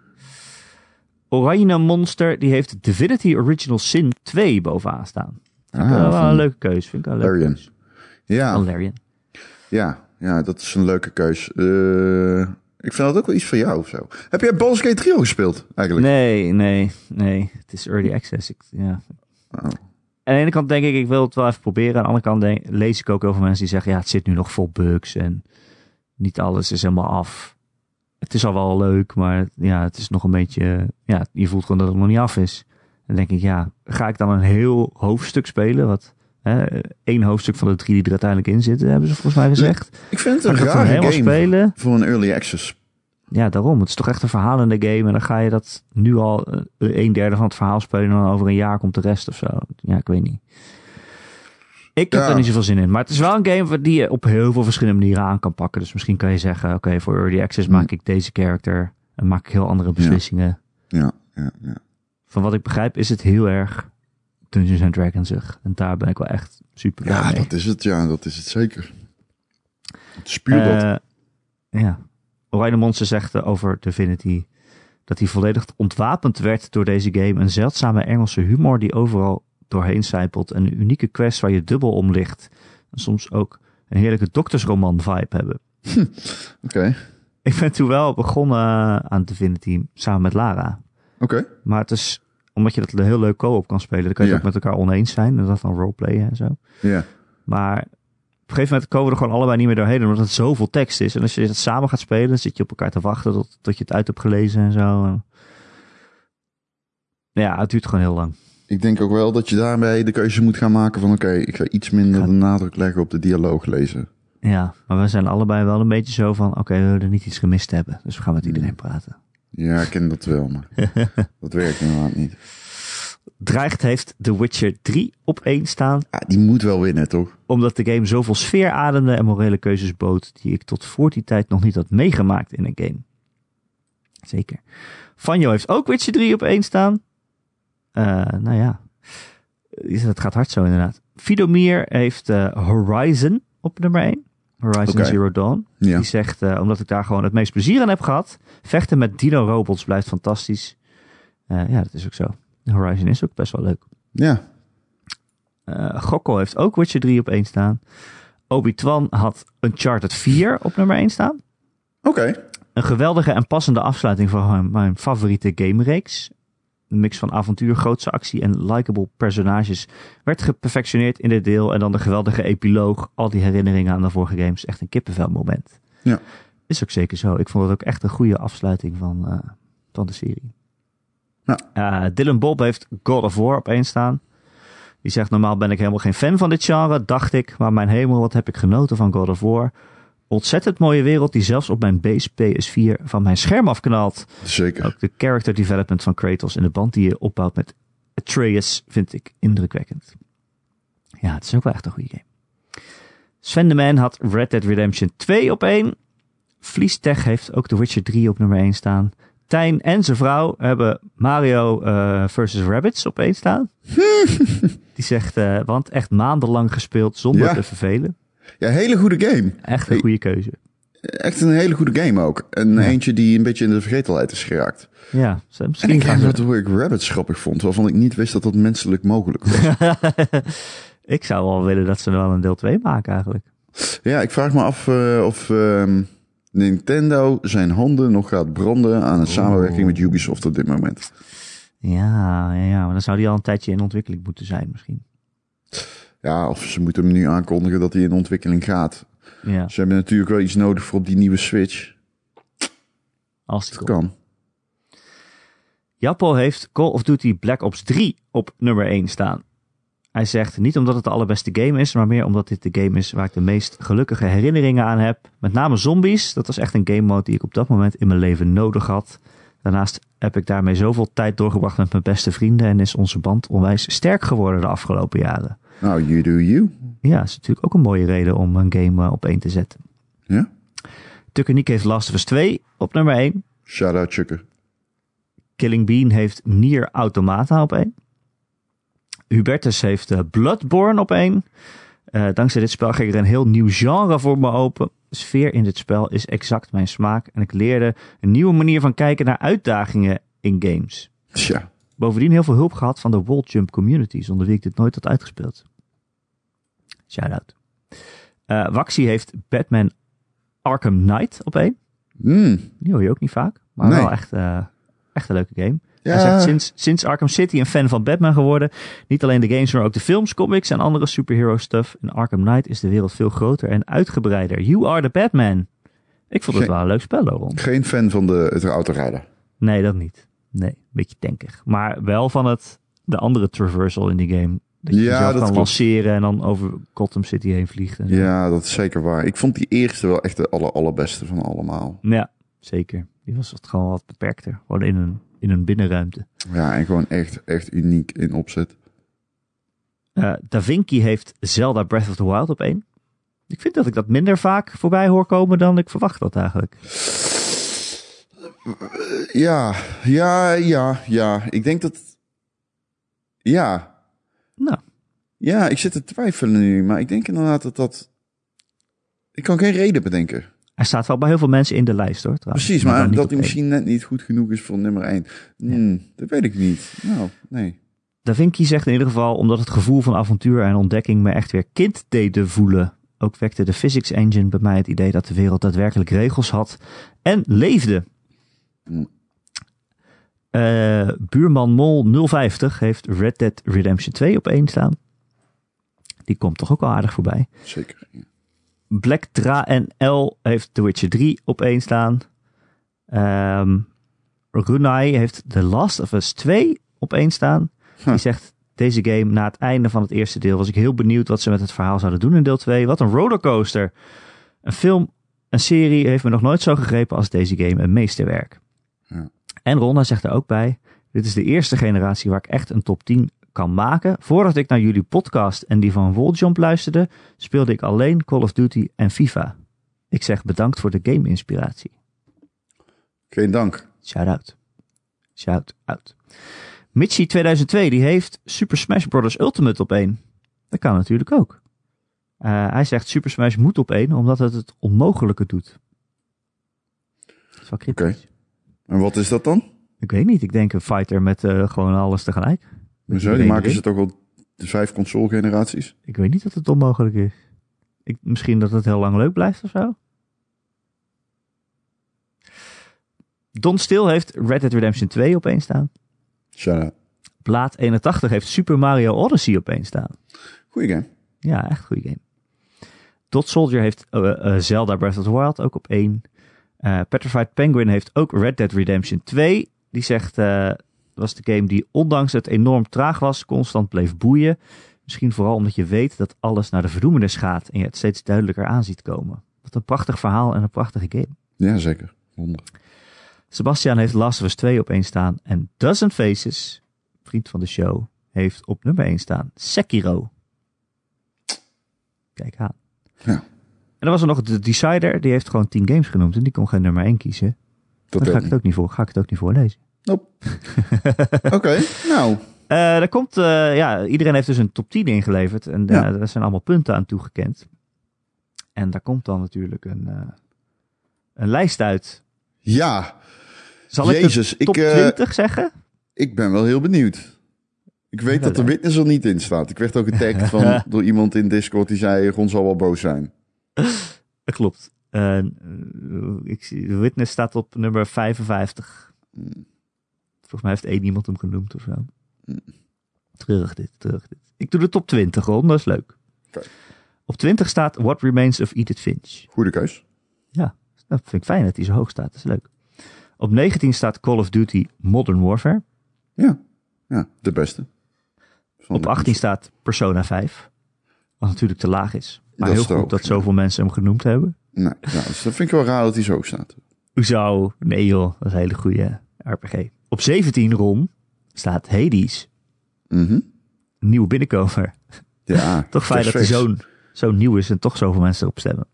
Oranje Monster, die heeft Divinity Original Sin twee bovenaan staan. Vind ah, ik wel een leuke keus. Vind ik wel een leuke Larian. keus. Ja. Van Larian. Ja, ja, dat is een leuke keus. Uh, ik vind dat ook wel iets voor jou of zo. Heb jij Baldur's Gate drie al gespeeld, eigenlijk? Nee, nee, nee. Het is early access. Ik, ja. Oh. Aan de ene kant denk ik, ik wil het wel even proberen. Aan de andere kant denk, lees ik ook heel veel mensen die zeggen, ja, het zit nu nog vol bugs en niet alles is helemaal af. Het is al wel leuk, maar ja, het is nog een beetje, ja, je voelt gewoon dat het nog niet af is. Dan denk ik, ja, ga ik dan een heel hoofdstuk spelen? Wat, hè, één hoofdstuk van de drie die er uiteindelijk in zitten, hebben ze volgens mij gezegd. Ik vind het een rare game spelen? voor een early access. Ja, daarom. Het is toch echt een verhalende game. En dan ga je dat nu al uh, een derde van het verhaal spelen. En dan over een jaar komt de rest of zo. Ja, ik weet niet. Ik heb ja. er niet zoveel zin in. Maar het is wel een game die je op heel veel verschillende manieren aan kan pakken. Dus misschien kan je zeggen, oké, okay, voor early access maak ik deze character. En maak ik heel andere beslissingen. Ja, ja, ja. Van wat ik begrijp is het heel erg Dungeons and Dragons-ig. En daar ben ik wel echt super blij ja, mee. Ja, dat is het. Ja, dat is het zeker. Het spuurt uh, dat. Ja. Oranje Monster zegt uh, over Divinity dat hij volledig ontwapend werd door deze game. Een zeldzame Engelse humor die overal doorheen sijpelt. En een unieke quest waar je dubbel om ligt. En soms ook een heerlijke doktersroman vibe hebben. Hm, Oké. Okay. Ik ben toen wel begonnen aan Divinity samen met Lara. Oké. Okay. Maar het is, omdat je dat heel leuk co-op kan spelen, dan kan je ja. ook met elkaar oneens zijn. En dat dan roleplayen en zo. Ja. Maar op een gegeven moment komen we er gewoon allebei niet meer doorheen, omdat het zoveel tekst is. En als je het samen gaat spelen, dan zit je op elkaar te wachten tot, tot je het uit hebt gelezen en zo. En ja, het duurt gewoon heel lang. Ik denk ook wel dat je daarbij de keuze moet gaan maken van oké, okay, ik ga iets minder ga... de nadruk leggen op de dialoog lezen. Ja, maar we zijn allebei wel een beetje zo van oké, okay, we willen er niet iets gemist hebben. Dus we gaan met iedereen praten. Ja, ik ken dat wel, maar dat werkt inderdaad niet. Dreigt heeft The Witcher drie op één staan. Ja, die moet wel winnen, toch? Omdat de game zoveel sfeer ademde en morele keuzes bood die ik tot voor die tijd nog niet had meegemaakt in een game. Zeker. Vanjo heeft ook Witcher drie op één staan. Uh, nou ja, het gaat hard zo inderdaad. Fidomir heeft uh, Horizon op nummer één. Horizon okay. Zero Dawn. Ja. Die zegt, uh, omdat ik daar gewoon het meest plezier aan heb gehad. Vechten met dino-robots blijft fantastisch. Uh, ja, dat is ook zo. Horizon is ook best wel leuk. Ja. Uh, Gokko heeft ook Witcher drie op één staan. Obi-Twan had Uncharted vier op nummer één staan. Oké. Okay. Een geweldige en passende afsluiting van mijn, mijn favoriete gamereeks. Een mix van avontuur, grootse actie en likable personages werd geperfectioneerd in dit deel. En dan de geweldige epiloog, al die herinneringen aan de vorige games. Echt een kippenvel moment. Ja. Is ook zeker zo. Ik vond het ook echt een goede afsluiting van, uh, van de serie. Ja. Uh, Dylan Bob heeft God of War op één staan. Die zegt, normaal ben ik helemaal geen fan van dit genre, dacht ik. Maar mijn hemel, wat heb ik genoten van God of War. Ontzettend mooie wereld die zelfs op mijn base P S vier van mijn scherm afknalt. Zeker. Ook de character development van Kratos en de band die je opbouwt met Atreus vind ik indrukwekkend. Ja, het is ook wel echt een goede game. Sven de Man had Red Dead Redemption twee op één. Vliestech heeft ook The Witcher drie op nummer één staan. Tijn en zijn vrouw hebben Mario uh, versus Rabbids op één staan. Die zegt, uh, want echt maandenlang gespeeld zonder ja. te vervelen. Ja, hele goede game. Echt een goede keuze. Echt een hele goede game ook. En ja. eentje die een beetje in de vergetelheid is geraakt. Ja. Misschien en ik gaan wat hoe ik Rabbids grappig vond, waarvan ik niet wist dat dat menselijk mogelijk was. Ik zou wel willen dat ze er wel een deel twee maken eigenlijk. Ja, ik vraag me af uh, of uh, Nintendo zijn handen nog gaat branden aan een oh. samenwerking met Ubisoft op dit moment. Ja, ja, ja, maar dan zou die al een tijdje in ontwikkeling moeten zijn misschien. Ja, of ze moeten hem nu aankondigen dat hij in ontwikkeling gaat. Ja. Ze hebben natuurlijk wel iets nodig voor op die nieuwe Switch. Als het kan. Jappo heeft Call of Duty Black Ops drie op nummer één staan. Hij zegt niet omdat het de allerbeste game is, maar meer omdat dit de game is waar ik de meest gelukkige herinneringen aan heb. Met name zombies. Dat was echt een game mode die ik op dat moment in mijn leven nodig had. Daarnaast heb ik daarmee zoveel tijd doorgebracht met mijn beste vrienden en is onze band onwijs sterk geworden de afgelopen jaren. Nou, you do you. Ja, dat is natuurlijk ook een mooie reden om een game op één te zetten. Ja? Tukkeniek heeft Last of Us twee op nummer één. Shout out Chukker. Killing Bean heeft Nier Automata op één. Hubertus heeft uh, Bloodborne op één. Uh, dankzij dit spel ging er een heel nieuw genre voor me open. De sfeer in dit spel is exact mijn smaak. En ik leerde een nieuwe manier van kijken naar uitdagingen in games. Tja. Bovendien heel veel hulp gehad van de Walljump community, zonder wie ik dit nooit had uitgespeeld. Shout-out. Uh, Waxi heeft Batman Arkham Knight op één. Mm. Die hoor je ook niet vaak, maar nee. wel echt, uh, echt een leuke game. Ja. Hij zegt sinds, sinds Arkham City een fan van Batman geworden. Niet alleen de games, maar ook de films, comics en andere superhero stuff. In Arkham Knight is de wereld veel groter en uitgebreider. You are the Batman. Ik vond het Geen, wel een leuk spel, Laurent. Geen fan van de, het autorijden? Nee, dat niet. Nee, een beetje denkig. Maar wel van het, de andere traversal in die game. Dat je ja, jezelf dat kan klopt. lanceren en dan over Gotham City heen vliegt. En ja, dat is zeker waar. Ik vond die eerste wel echt de aller, allerbeste van allemaal. Ja, zeker. Die was wat, gewoon wat beperkter. Gewoon in een, in een binnenruimte. Ja, en gewoon echt, echt uniek in opzet. Uh, Da Vinci heeft Zelda Breath of the Wild op één. Ik vind dat ik dat minder vaak voorbij hoor komen dan ik verwacht had eigenlijk. Ja, ja, ja, ja. Ik denk dat... Ja. Nou. Ja, ik zit te twijfelen nu, maar ik denk inderdaad dat dat... Ik kan geen reden bedenken. Hij staat wel bij heel veel mensen in de lijst, hoor. Trouwens. Precies, maar, maar dat hij misschien net niet goed genoeg is voor nummer één. Hmm, ja. Dat weet ik niet. Nou, nee. Da Vinci zegt in ieder geval, omdat het gevoel van avontuur en ontdekking me echt weer kind deden voelen. Ook wekte de physics engine bij mij het idee dat de wereld daadwerkelijk regels had en leefde. Hmm. Uh, buurman Mol nul vijftig heeft Red Dead Redemption twee op één staan. Die komt toch ook wel aardig voorbij. Zeker, ja. Black Dra N L heeft The Witcher drie op één staan. Um, Runai heeft The Last of Us twee op één staan. Huh. Die zegt, deze game na het einde van het eerste deel was ik heel benieuwd wat ze met het verhaal zouden doen in deel twee. Wat een rollercoaster. Een film, een serie heeft me nog nooit zo gegrepen als deze game, een meesterwerk. Ja. En Ronna zegt er ook bij, dit is de eerste generatie waar ik echt een top tien kan maken. Voordat ik naar jullie podcast en die van Walljump luisterde, speelde ik alleen Call of Duty en FIFA. Ik zeg bedankt voor de game-inspiratie. Geen dank. Shout-out. Shout-out. Mitchie tweeduizend twee, die heeft Super Smash Bros. Ultimate op één. Dat kan natuurlijk ook. Uh, hij zegt Super Smash moet op één, omdat het het onmogelijke doet. Dat is wel cryptisch. Oké. Okay. En wat is dat dan? Ik weet niet. Ik denk een fighter met uh, gewoon alles tegelijk. Zo, die maken ze toch al de vijf console generaties? Ik weet niet dat het onmogelijk is. Ik, misschien dat het heel lang leuk blijft of zo. Don Stil heeft Red Dead Redemption twee op één staan. Shout-out. Plaat eenentachtig heeft Super Mario Odyssey op één staan. Goeie game. Ja, echt goede game. Dot Soldier heeft uh, uh, Zelda Breath of the Wild ook op één. Uh, Petrified Penguin heeft ook Red Dead Redemption twee. Die zegt, uh, dat was de game die ondanks het enorm traag was, constant bleef boeien. Misschien vooral omdat je weet dat alles naar de verdoemenis gaat en je het steeds duidelijker aan ziet komen. Wat een prachtig verhaal en een prachtige game. Ja, zeker. Wonder. Sebastian heeft Last of Us twee op één staan. En Dozen Faces, vriend van de show, heeft op nummer één staan Sekiro. Kijk aan. Ja. En dan was er nog de Decider, die heeft gewoon tien games genoemd en die kon geen nummer één kiezen. Dat Daar ga ik, het ook niet voor, ga ik het ook niet voorlezen. Nope. Oké, okay, nou. Uh, er komt, uh, ja, iedereen heeft dus een top tien ingeleverd en ja. uh, daar zijn allemaal punten aan toegekend. En daar komt dan natuurlijk een, uh, een lijst uit. Ja. Zal Jezus, ik de top ik, uh, twintig zeggen? Ik ben wel heel benieuwd. Ik weet ja, dat de Witness er niet in staat. Ik werd ook getagd van, door iemand in Discord die zei, Ron zal wel boos zijn. Dat klopt. Uh, ik zie, de Witness staat op nummer vijfenvijftig. Mm. Volgens mij heeft één iemand hem genoemd of zo. Mm. Terug dit, terug dit. Ik doe de top twintig, Ron. Dat is leuk. Okay. Op twintig staat What Remains of Edith Finch. Goede keus. Ja, dat vind ik fijn dat hij zo hoog staat. Dat is leuk. Op negentien staat Call of Duty Modern Warfare. Ja, ja de beste. Van op achttien staat Persona vijf. Wat natuurlijk te laag is. Maar dat heel goed ook, dat zoveel ja. mensen hem genoemd hebben. Nee, nou, dus dat vind ik wel raar dat hij zo staat. Hoezo? Nee joh, dat is een hele goede R P G. Op zeventien, Ron, staat Hades. Mm-hmm. Een nieuwe binnenkomer. Ja, toch fijn dat hij zo, zo nieuw is en toch zoveel mensen erop stemmen.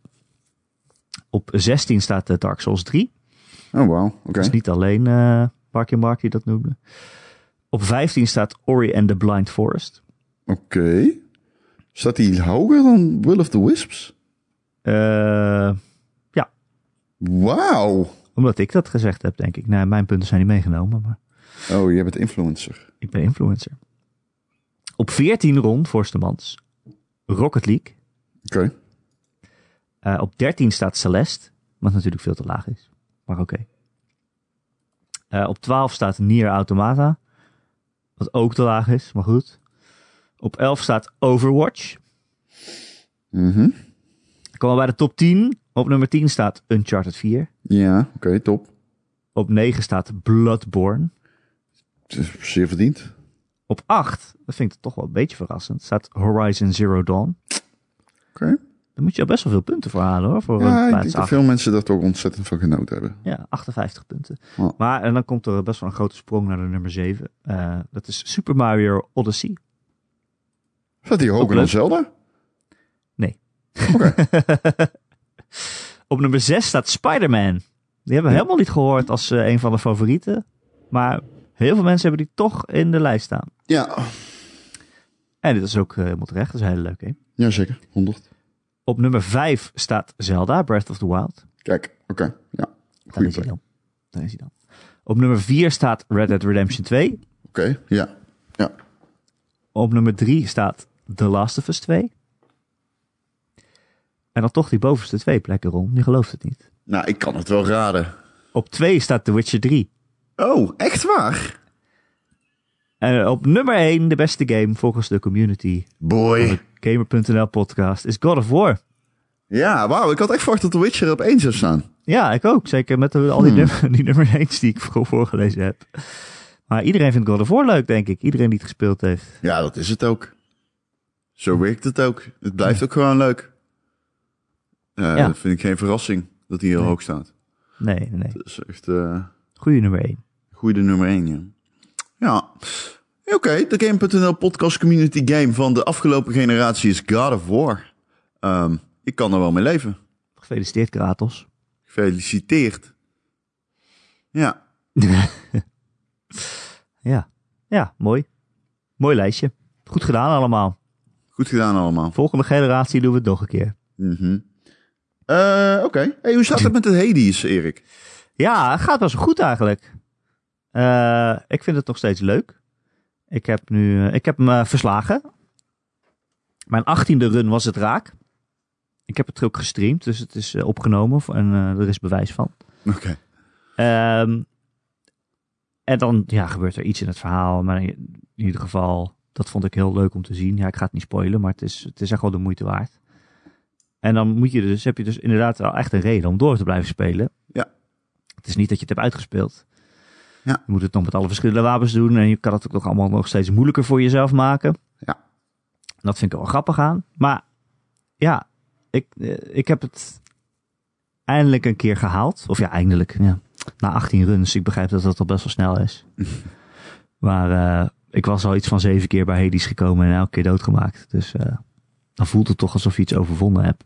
Op zestien staat de Dark Souls drie. Oh, wow. Oké. Okay. Dus niet alleen uh, Parky Mark die dat noemde. Op vijftien staat Ori and the Blind Forest. Oké. Okay. Staat die hoger dan Will of the Wisps? Uh, ja. Wauw. Omdat ik dat gezegd heb, denk ik. Nou, mijn punten zijn niet meegenomen. Maar... Oh, jij bent influencer. Ik ben influencer. Op veertien, Ron Forstemans, Rocket League. Oké. Okay. Uh, op dertien staat Celeste, wat natuurlijk veel te laag is. Maar oké. Okay. Uh, op twaalf staat Nier Automata, wat ook te laag is, maar goed. Op elf staat Overwatch. Mhm. Komen we bij de top tien. Op nummer tien staat Uncharted vier. Ja, oké, okay, top. Op negen staat Bloodborne. Zeer verdiend. Op acht, dat vind ik toch wel een beetje verrassend, staat Horizon Zero Dawn. Oké. Okay. Daar moet je al best wel veel punten voor halen hoor. Voor ja, een ik denk dat veel mensen daar toch ontzettend van genoten hebben. Ja, achtenvijftig punten. Oh. Maar en dan komt er best wel een grote sprong naar de nummer zeven. Uh, dat is Super Mario Odyssey. Staat die hoger dan Zelda? Nee. Oké. Okay. Op nummer zes staat Spider-Man. Die hebben we ja. helemaal niet gehoord als uh, een van de favorieten. Maar heel veel mensen hebben die toch in de lijst staan. Ja. En dit is ook uh, helemaal terecht. Dat is een hele leuke game. Jazeker, honderd. Op nummer vijf staat Zelda, Breath of the Wild. Oké, Kijk, oké. Okay. Ja, daar is, hij dan. daar is hij dan. Op nummer vier staat Red Dead Redemption twee. Oké, okay, ja. ja. Op nummer drie staat The Last of Us twee. En dan toch die bovenste twee plekken rond. Je gelooft het niet. Nou, ik kan het wel raden. Op twee staat The Witcher drie. Oh, echt waar? En op nummer één, de beste game volgens de community. Boy. Gamer punt n l podcast is God of War. Ja, wauw. Ik had echt verwacht dat The Witcher op één zou staan. Ja, ik ook. Zeker met de, al die, hmm. nummer, die nummer één die ik voorgelezen heb. Maar iedereen vindt God of War leuk, denk ik. Iedereen die het gespeeld heeft. Ja, dat is het ook. Zo werkt het ook. Het blijft ook gewoon leuk. Uh, ja. Dat vind ik geen verrassing dat hij heel nee. hoog staat. Nee, nee, nee. Dat is echt... Uh... Goeie nummer één. Goeie nummer één, ja. Ja. Oké, okay, de Gamer punt n l podcast community game van de afgelopen generatie is God of War. Um, ik kan er wel mee leven. Gefeliciteerd, Kratos. Gefeliciteerd. Ja. ja. Ja, mooi. Mooi lijstje. Goed gedaan allemaal. Goed gedaan allemaal. Volgende generatie doen we het nog een keer. Mm-hmm. Uh, Oké. Okay. Hey, hoe staat het met het Hades, Erik? Ja, het gaat wel zo goed eigenlijk. Uh, ik vind het nog steeds leuk. Ik heb nu, uh, ik heb hem uh, verslagen. Mijn achttiende run was het raak. Ik heb het ook gestreamd, dus het is uh, opgenomen en uh, er is bewijs van. Oké. Okay. Um, en dan ja, gebeurt er iets in het verhaal, maar in ieder geval, dat vond ik heel leuk om te zien. Ja, ik ga het niet spoilen, maar het is, het is echt wel de moeite waard. En dan moet je dus, heb je dus inderdaad wel echt een reden om door te blijven spelen. Ja. Het is niet dat je het hebt uitgespeeld. Ja. Je moet het nog met alle verschillende wapens doen en je kan het ook nog allemaal nog steeds moeilijker voor jezelf maken. Ja. Dat vind ik wel grappig aan. Maar ja, ik, ik heb het eindelijk een keer gehaald. Of ja, eindelijk. Ja. Na achttien runs. Ik begrijp dat dat al best wel snel is. maar uh, ik was al iets van zeven keer bij Hades gekomen en elke keer doodgemaakt. Dus uh, dan voelt het toch alsof je iets overwonnen hebt.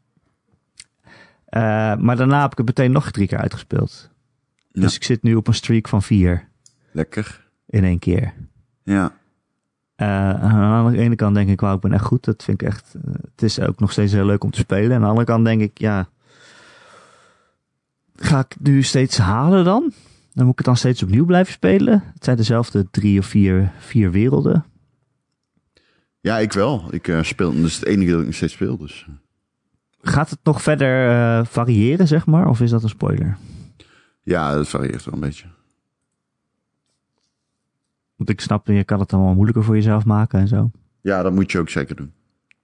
Uh, maar daarna heb ik het meteen nog drie keer uitgespeeld. Ja. Dus ik zit nu op een streak van vier. Lekker. In één keer. Ja. Uh, aan de ene kant denk ik, wauw, ik ben echt goed. Dat vind ik echt, uh, het is ook nog steeds heel leuk om te spelen. En aan de andere kant denk ik, ja, ga ik nu steeds halen dan? Dan moet ik het dan steeds opnieuw blijven spelen? Het zijn dezelfde drie of vier, vier werelden. Ja, ik wel. Ik uh, speel, dus het enige dat ik nog steeds speel, dus. Gaat het nog verder uh, variëren, zeg maar? Of is dat een spoiler? Ja, dat varieert wel een beetje. Want ik snap, je kan het dan wel moeilijker voor jezelf maken en zo. Ja, dat moet je ook zeker doen.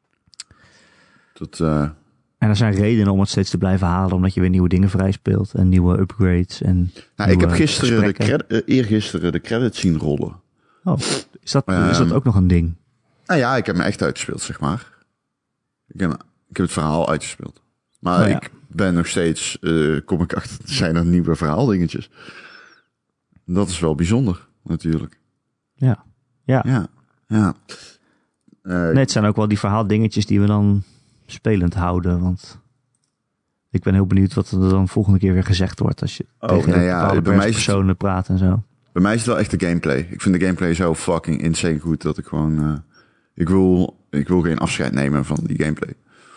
Dat, uh... En er zijn redenen om het steeds te blijven halen, omdat je weer nieuwe dingen vrij speelt en nieuwe upgrades. En nou, ik heb gisteren de cred- uh, eergisteren de credits zien rollen. Oh, is dat, um, is dat ook nog een ding? Nou ja, ik heb me echt uitgespeeld, zeg maar. Ik heb, ik heb het verhaal uitgespeeld. Maar oh, ja. ik ben nog steeds, uh, kom ik achter, zijn er nieuwe verhaaldingetjes. Dat is wel bijzonder, natuurlijk. Ja, ja. Ja, ja. Uh, nee, het zijn ook wel die verhaaldingetjes die we dan spelend houden, want ik ben heel benieuwd wat er dan volgende keer weer gezegd wordt als je oh, tegen nee, ja, bepaalde bij personen het, praat en zo. Bij mij is het wel echt de gameplay. Ik vind de gameplay zo fucking insane goed dat ik gewoon, uh, ik wil, ik wil geen afscheid nemen van die gameplay.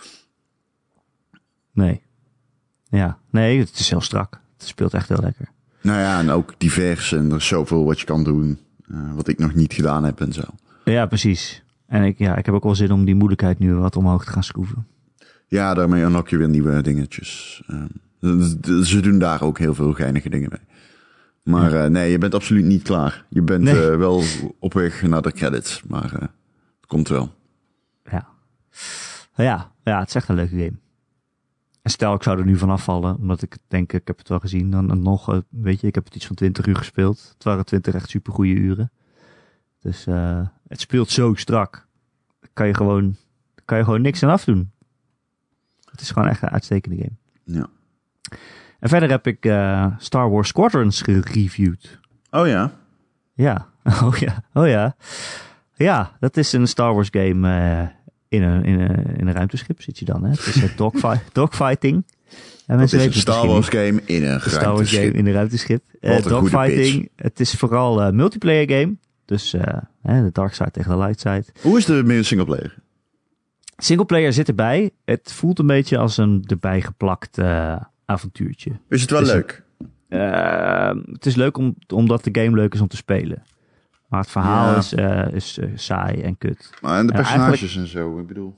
Nee. Ja, nee, het is heel strak. Het speelt echt heel lekker. Nou ja, en ook divers en er is zoveel wat je kan doen, uh, wat ik nog niet gedaan heb en zo. Ja, precies. En ik, ja, ik heb ook wel zin om die moeilijkheid nu wat omhoog te gaan schroeven. Ja, daarmee unlock je weer nieuwe dingetjes. Uh, ze doen daar ook heel veel geinige dingen mee. Maar ja. uh, nee, je bent absoluut niet klaar. Je bent nee. uh, wel op weg naar de credits, maar uh, het komt wel. Ja. ja, ja, het is echt een leuke game. En stel, ik zou er nu van afvallen, omdat ik denk, ik heb het wel gezien. Dan, dan nog, uh, weet je, ik heb het iets van twintig uur gespeeld. Het waren twintig echt super goede uren. Dus uh, het speelt zo strak. Kan je gewoon, kan je gewoon niks aan afdoen. Het is gewoon echt een uitstekende game. Ja. En verder heb ik uh, Star Wars Squadrons gereviewd. Oh ja? Ja. Oh ja. Oh ja. Ja, dat is een Star Wars game uh, in, een, in, een, in een ruimteschip zit je dan. Hè? Het is uh, dogfight, dogfighting. En dat is een Star Wars game in een ruimteschip. Star Wars game in een ruimteschip. Uh, dogfighting. Het is vooral een uh, multiplayer game. Dus uh, de dark side tegen de light side. Hoe is de singleplayer? Singleplayer zit erbij. Het voelt een beetje als een erbij geplakt uh, avontuurtje. Is het wel het is leuk? Uh, het is leuk om, omdat de game leuk is om te spelen. Maar het verhaal ja. is, uh, is uh, saai en kut. Maar en de personages en, en zo, ik bedoel?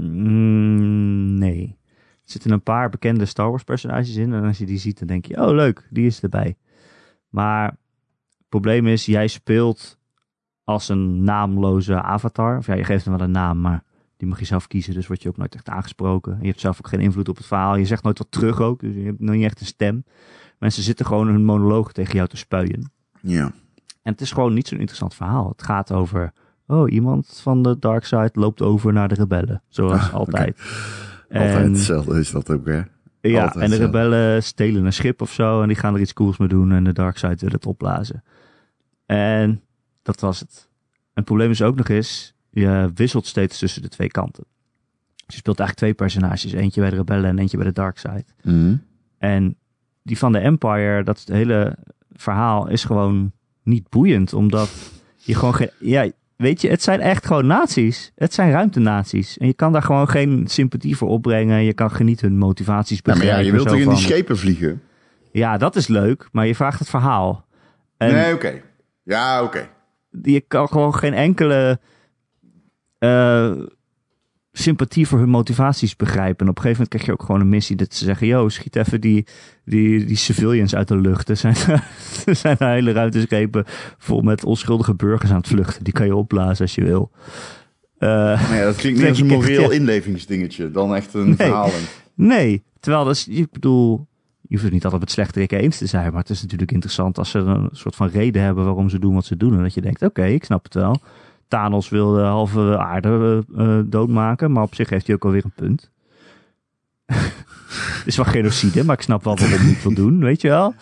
Mm, nee. Er zitten een paar bekende Star Wars personages in. En als je die ziet, dan denk je, oh leuk, die is erbij. Maar het probleem is, jij speelt als een naamloze avatar. Of ja, je geeft hem wel een naam, maar die mag je zelf kiezen. Dus word je ook nooit echt aangesproken. En je hebt zelf ook geen invloed op het verhaal. Je zegt nooit wat terug ook. Dus je hebt nog niet echt een stem. Mensen zitten gewoon hun monologen tegen jou te spuien. Ja. En het is gewoon niet zo'n interessant verhaal. Het gaat over, oh, iemand van de dark side loopt over naar de rebellen. Zoals ah, altijd. Okay. En, altijd hetzelfde is dat ook, hè? Ja, altijd en de hetzelfde. rebellen stelen een schip of zo en die gaan er iets cools mee doen en de dark side wil het opblazen. En dat was het. En het probleem is ook nog eens, je wisselt steeds tussen de twee kanten. Dus je speelt eigenlijk twee personages. Eentje bij de rebellen en eentje bij de dark side. Mm-hmm. En die van de Empire, dat het hele verhaal is gewoon niet boeiend. Omdat je gewoon geen... Ja, weet je, het zijn echt gewoon nazi's. Het zijn ruimtenazi's. En je kan daar gewoon geen sympathie voor opbrengen. Je kan genieten hun motivaties begrijpen. Ja, maar ja, je wilt toch in van, die schepen vliegen? Ja, dat is leuk. Maar je vraagt het verhaal. En nee, oké. Okay. Ja, oké. Okay. Je kan gewoon geen enkele... Uh, sympathie voor hun motivaties begrijpen. En op een gegeven moment krijg je ook gewoon een missie dat ze zeggen, yo, schiet even die, die, die civilians uit de lucht. Er zijn, er zijn hele ruimteschepen vol met onschuldige burgers aan het vluchten. Die kan je opblazen als je wil. Uh, nou ja, dat klinkt meer als een moreel echt, inlevingsdingetje dan echt een nee, verhaal. Nee, terwijl dat is, ik bedoel, je hoeft het niet altijd met slechterikken eens te zijn, maar het is natuurlijk interessant als ze een soort van reden hebben waarom ze doen wat ze doen. En dat je denkt, oké, okay, ik snap het wel. Thanos wil de halve aarde uh, doodmaken, maar op zich heeft hij ook alweer een punt. Het is wel genocide, maar ik snap wel waarom hij niet wil doen, weet je wel?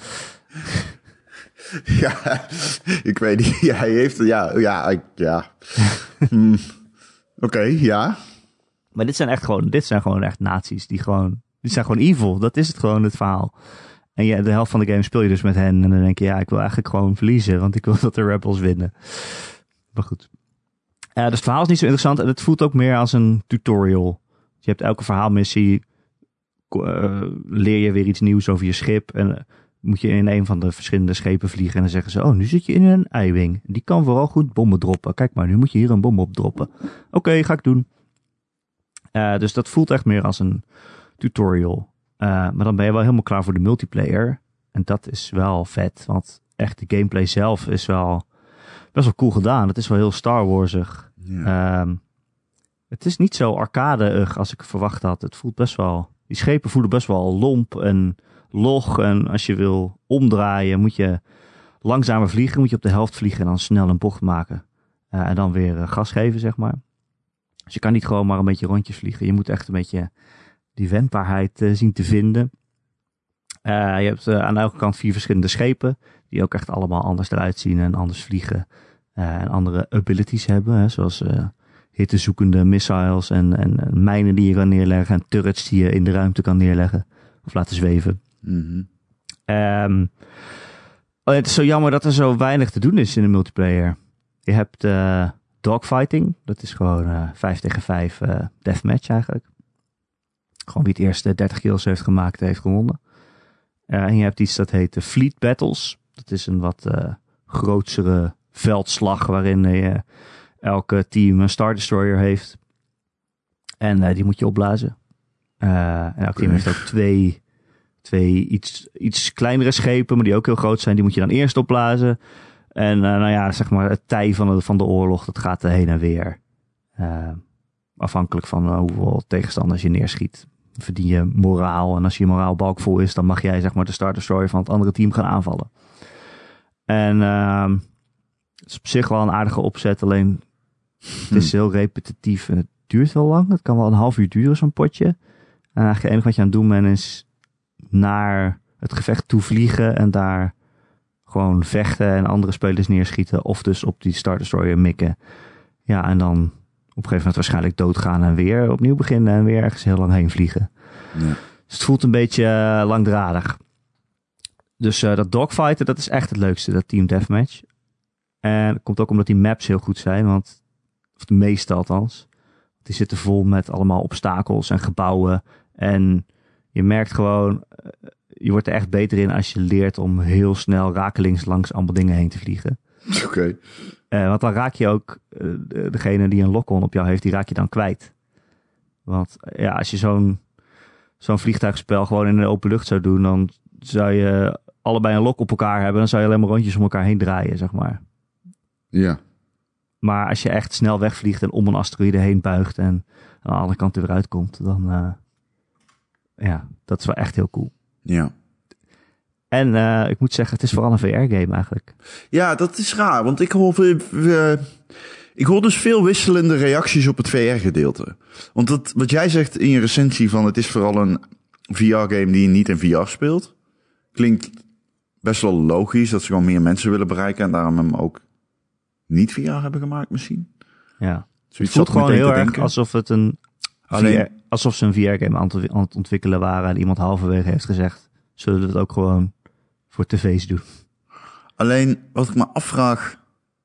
Ja, ik weet niet. Ja, hij heeft, ja, ja, ik, ja. mm. Oké, okay, ja. Maar dit zijn echt gewoon, dit zijn gewoon echt nazi's die gewoon, die zijn gewoon evil. Dat is het gewoon, het verhaal. En ja, de helft van de game speel je dus met hen en dan denk je, ja, ik wil eigenlijk gewoon verliezen, want ik wil dat de rebels winnen. Maar goed. Uh, dus het verhaal is niet zo interessant en het voelt ook meer als een tutorial. Je hebt elke verhaalmissie, uh, leer je weer iets nieuws over je schip en uh, moet je in een van de verschillende schepen vliegen en dan zeggen ze, oh, nu zit je in een eiwing. Die kan vooral goed bommen droppen. Kijk maar, nu moet je hier een bom op droppen. Oké, okay, ga ik doen. Uh, dus dat voelt echt meer als een tutorial. Uh, maar dan ben je wel helemaal klaar voor de multiplayer. En dat is wel vet, want echt de gameplay zelf is wel best wel cool gedaan. Het is wel heel Star Warsig. Ja. Um, het is niet zo arcade-ig als ik verwacht had. Het voelt best wel, die schepen voelen best wel lomp en log. En als je wil omdraaien, moet je langzamer vliegen. Moet je op de helft vliegen en dan snel een bocht maken. Uh, en dan weer uh, gas geven, zeg maar. Dus je kan niet gewoon maar een beetje rondjes vliegen. Je moet echt een beetje die wendbaarheid uh, zien te vinden. Uh, je hebt uh, aan elke kant vier verschillende schepen. Die ook echt allemaal anders eruit zien en anders vliegen. Uh, en andere abilities hebben. Hè, zoals uh, hittezoekende missiles en, en, en mijnen die je kan neerleggen. En turrets die je in de ruimte kan neerleggen. Of laten zweven. Mm-hmm. Um, oh, het is zo jammer dat er zo weinig te doen is in de multiplayer. Je hebt uh, dogfighting. Dat is gewoon uh, vijf tegen vijf uh, deathmatch eigenlijk. Gewoon wie het eerste dertig kills heeft gemaakt heeft gewonnen. Uh, en je hebt iets dat heet de Fleet Battles. Dat is een wat uh, grootsere veldslag waarin je elke team een Star Destroyer heeft. En uh, die moet je opblazen. Uh, en elk team heeft ook twee, twee iets, iets kleinere schepen, maar die ook heel groot zijn. Die moet je dan eerst opblazen. En uh, nou ja, zeg maar het tij van de, van de oorlog, dat gaat heen en weer. Uh, afhankelijk van uh, hoeveel tegenstanders je neerschiet. Verdien je moraal. En als je moraal balkvol is, dan mag jij zeg maar de Star Destroyer van het andere team gaan aanvallen. En uh, het is op zich wel een aardige opzet. Alleen het is heel repetitief en het duurt wel lang. Het kan wel een half uur duren, zo'n potje. En eigenlijk het enige wat je aan het doen bent is naar het gevecht toe vliegen en daar gewoon vechten en andere spelers neerschieten. Of dus op die Star Destroyer mikken. Ja, en dan op een gegeven moment waarschijnlijk doodgaan en weer opnieuw beginnen en weer ergens heel lang heen vliegen. Ja. Dus het voelt een beetje uh, langdradig. Dus uh, dat dogfighten, dat is echt het leukste, dat team deathmatch. En dat komt ook omdat die maps heel goed zijn, want, of de meeste althans. Die zitten vol met allemaal obstakels en gebouwen. En je merkt gewoon, je wordt er echt beter in als je leert om heel snel rakelings langs allemaal dingen heen te vliegen. Oké. Okay. Uh, want dan raak je ook, uh, degene die een lock-on op jou heeft, die raak je dan kwijt. Want ja, als je zo'n, zo'n vliegtuigspel gewoon in de open lucht zou doen, dan zou je allebei een lock op elkaar hebben. Dan zou je alleen maar rondjes om elkaar heen draaien, zeg maar. Ja. Maar als je echt snel wegvliegt en om een asteroïde heen buigt en aan de andere kant er weer uitkomt, dan uh, ja, dat is wel echt heel cool. Ja. En uh, ik moet zeggen, het is vooral een V R-game eigenlijk. Ja, dat is raar, want ik hoor, uh, ik hoor dus veel wisselende reacties op het V R-gedeelte. Want dat, wat jij zegt in je recensie van het is vooral een V R-game die je niet in V R speelt, klinkt best wel logisch dat ze gewoon meer mensen willen bereiken en daarom hem ook niet V R hebben gemaakt misschien. Ja, het voelt gewoon heel erg denken. alsof het een Alleen, V R, alsof ze een V R-game aan het ontwikkelen waren en iemand halverwege heeft gezegd, zullen we het ook gewoon voor tv's doen. Alleen, wat ik me afvraag,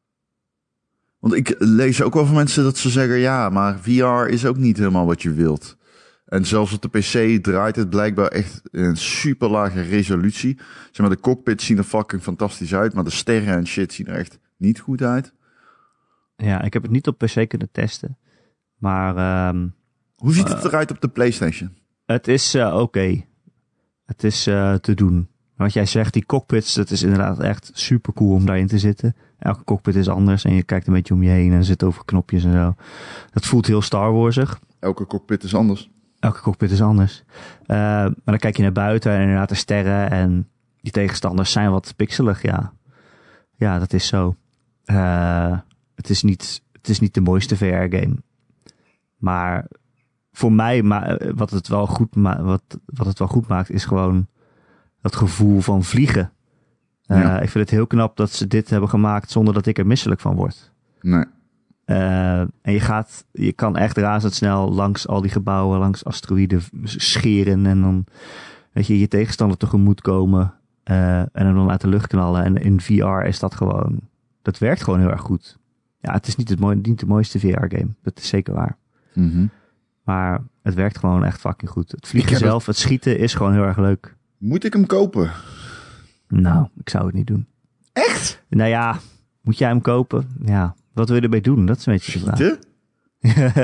want ik lees ook wel van mensen dat ze zeggen, ja, maar V R is ook niet helemaal wat je wilt. En zelfs op de P C draait het blijkbaar echt een super lage resolutie. Zeg maar, de cockpits zien er fucking fantastisch uit, maar de sterren en shit zien er echt niet goed uit. Ja, ik heb het niet op P C kunnen testen, maar Um, hoe ziet het eruit op de PlayStation? Het is uh, oké. Okay. Het is uh, te doen. Wat jij zegt, die cockpits, dat is inderdaad echt super cool om daarin te zitten. Elke cockpit is anders en je kijkt een beetje om je heen en er zitten over knopjes en zo. Dat voelt heel Star Warsig. Elke cockpit is anders. Elke cockpit is anders. Uh, maar dan kijk je naar buiten en inderdaad de sterren en die tegenstanders zijn wat pixelig, ja. Ja, dat is zo. Uh, het is niet, het is niet de mooiste V R-game. Maar voor mij, maar wat het wel goed ma- wat, wat het wel goed maakt, is gewoon dat gevoel van vliegen. Uh, ja. Ik vind het heel knap dat ze dit hebben gemaakt zonder dat ik er misselijk van word. Nee. Uh, en je gaat, je kan echt razendsnel langs al die gebouwen, langs asteroïden scheren en dan, weet je, je tegenstander tegemoet komen uh, en hem dan uit de lucht knallen. En in V R is dat gewoon, dat werkt gewoon heel erg goed. Ja, het is niet, het mooi, niet de mooiste V R-game, dat is zeker waar. Mm-hmm. Maar het werkt gewoon echt fucking goed. Het vliegen zelf, het... het schieten is gewoon heel erg leuk. Moet ik hem kopen? Nou, ik zou het niet doen. Echt? Nou ja, moet jij hem kopen? Ja, wat wil je ermee doen? Dat is een beetje de vraag.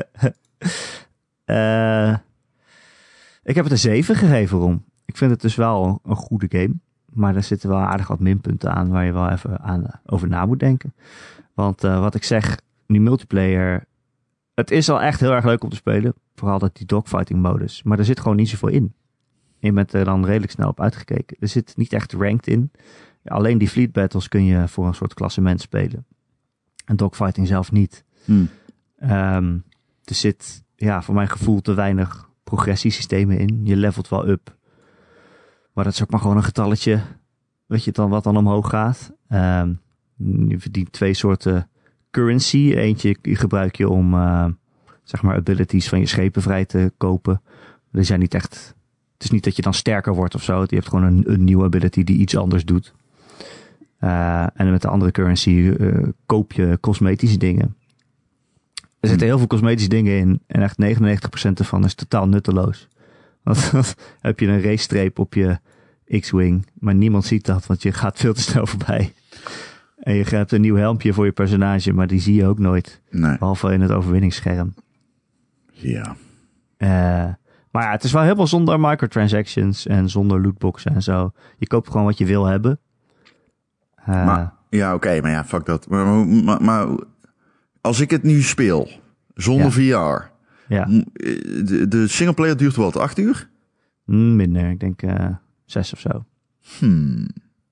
uh, ik heb het een zeven gegeven, Ron. Ik vind het dus wel een goede game. Maar er zitten wel aardig wat minpunten aan waar je wel even aan, uh, over na moet denken. Want uh, wat ik zeg, die multiplayer, het is al echt heel erg leuk om te spelen. Vooral dat die dogfighting modus. Maar er zit gewoon niet zoveel in. Je bent er dan redelijk snel op uitgekeken. Er zit niet echt ranked in. Alleen die fleet battles kun je voor een soort klassement spelen. En dogfighting zelf niet. Hmm. Um, er zit, ja, voor mijn gevoel te weinig progressiesystemen in. Je levelt wel up. Maar dat is ook maar gewoon een getalletje. Weet je dan wat dan omhoog gaat. Um, je verdient twee soorten currency. Eentje gebruik je om, uh, zeg maar, abilities van je schepen vrij te kopen. Die zijn niet echt. Het is niet dat je dan sterker wordt of zo. Je hebt gewoon een, een nieuwe ability die iets anders doet. Uh, en met de andere currency uh, koop je cosmetische dingen. Er zitten heel veel cosmetische dingen in. En echt negenennegentig procent ervan is totaal nutteloos. Want dan heb je een racestreep op je X-Wing. Maar niemand ziet dat, want je gaat veel te snel voorbij. En je hebt een nieuw helmpje voor je personage, maar die zie je ook nooit. Nee. Behalve in het overwinningsscherm. Ja. Uh, maar ja, het is wel helemaal zonder microtransactions en zonder lootboxen en zo. Je koopt gewoon wat je wil hebben. Uh, maar, ja, oké, okay, maar ja, fuck dat. Maar, maar, maar als ik het nu speel, zonder ja. V R... Ja. De, de singleplayer duurt wat, acht uur? Minder, ik denk uh, zes of zo. Hmm.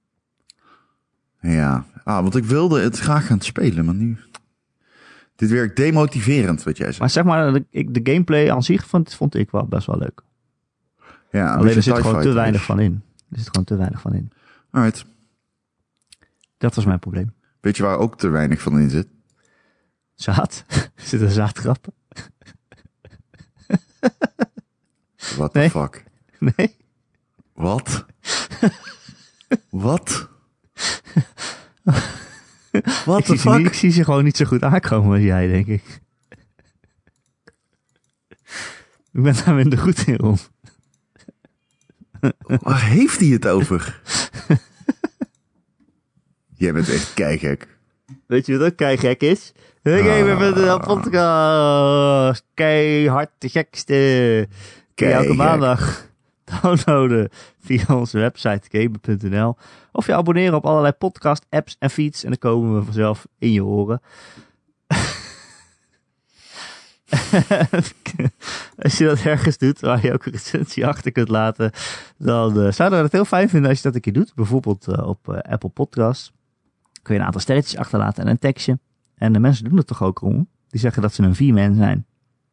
Ja, ah, want ik wilde het graag gaan spelen, maar nu... Dit werkt demotiverend, wat jij zegt. Maar zeg maar, de, de gameplay aan zich vond, vond ik wel best wel leuk. Ja, alleen er zit gewoon te weinig van in. Er zit gewoon te weinig van in. Alright. Dat was mijn probleem. Weet je waar ook te weinig van in zit? Zaad? Zit er zaadgrappen? What the nee. fuck? Nee. Wat? Wat? What the fuck? Niet, ik zie ze gewoon niet zo goed aankomen als jij, denk ik. Ik ben daar minder goed in, Ron. Waar heeft hij het over? Jij bent echt keigek. Weet je wat ook keigek is? De Gamer.nl podcast. Keihard de gekste. Kun je elke maandag downloaden via onze website gamer punt n l. Of je abonneren op allerlei podcast, apps en feeds. En dan komen we vanzelf in je oren. Als je dat ergens doet, waar je ook een recensie achter kunt laten, dan uh, zouden we het heel fijn vinden als je dat een keer doet. Bijvoorbeeld uh, op uh, Apple Podcasts. Kun je een aantal sterretjes achterlaten en een tekstje. En de mensen doen het toch ook, Ron? Die zeggen dat ze een V-man zijn.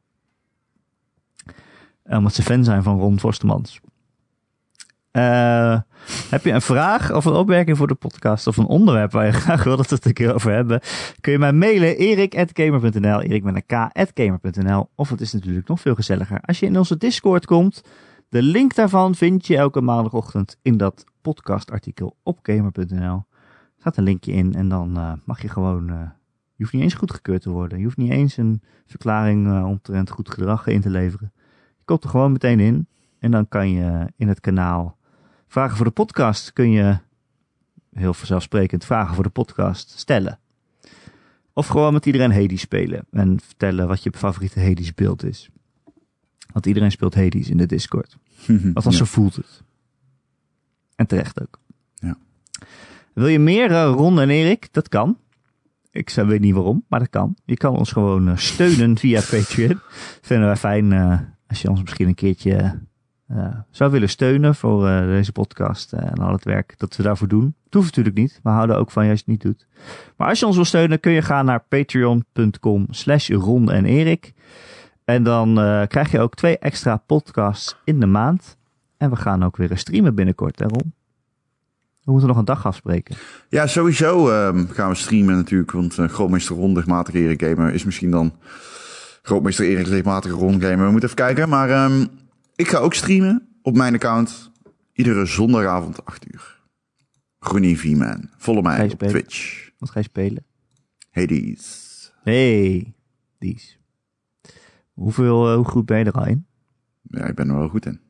Omdat ze fan zijn van Ron Forstemans. Uh, heb je een vraag of een opmerking voor de podcast of een onderwerp waar je graag wil dat we het een keer over hebben, kun je mij mailen erik at gamer punt n l, Erik met een k at gamer punt n l. Of het is natuurlijk nog veel gezelliger als je in onze Discord komt. De link daarvan vind je elke maandagochtend in dat podcastartikel op gamer punt n l. Er staat een linkje in en dan uh, mag je gewoon, uh, je hoeft niet eens goedgekeurd te worden. Je hoeft niet eens een verklaring uh, omtrent goed gedrag in te leveren. Je komt er gewoon meteen in en dan kan je in het kanaal vragen voor de podcast kun je heel vanzelfsprekend vragen voor de podcast stellen. Of gewoon met iedereen Hades spelen en vertellen wat je favoriete Hades beeld is. Want iedereen speelt Hades in de Discord. Althans, ja. Zo voelt het. En terecht ook. Ja. Wil je meer uh, Ron en Erik? Dat kan. Ik weet niet waarom, maar dat kan. Je kan ons gewoon uh, steunen via Patreon. Vinden wij fijn uh, als je ons misschien een keertje uh, zou willen steunen voor uh, deze podcast uh, en al het werk dat we daarvoor doen. Het hoeft natuurlijk niet. We houden ook van je als je het niet doet. Maar als je ons wil steunen, kun je gaan naar patreon punt com slash Ron en Erik. En dan uh, krijg je ook twee extra podcasts in de maand. En we gaan ook weer streamen binnenkort, hè Ron? We moeten nog een dag afspreken. Ja, sowieso uh, gaan we streamen natuurlijk. Want uh, Grootmeester Ron, regelmatige Erik Gamer, is misschien dan Grootmeester Erik, regelmatige Ron Gamer. We moeten even kijken. Maar um, ik ga ook streamen op mijn account. Iedere zondagavond acht uur. Groenie V-Man. Volg mij op spelen? Twitch. Wat ga je spelen? Hades. Hey, Dies. Hoeveel, uh, hoe goed ben je er al in? Ja, ik ben er wel goed in.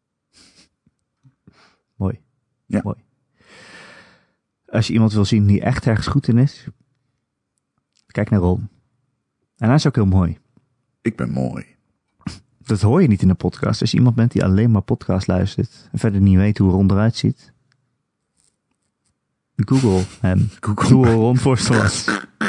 Mooi. Ja. Mooi. Als je iemand wil zien die echt ergens goed in is, kijk naar Ron. En hij is ook heel mooi. Ik ben mooi. Dat hoor je niet in de podcast. Als je iemand bent die alleen maar podcast luistert en verder niet weet hoe Ron eruit ziet, Google hem. Google, Google Ron Forstemans.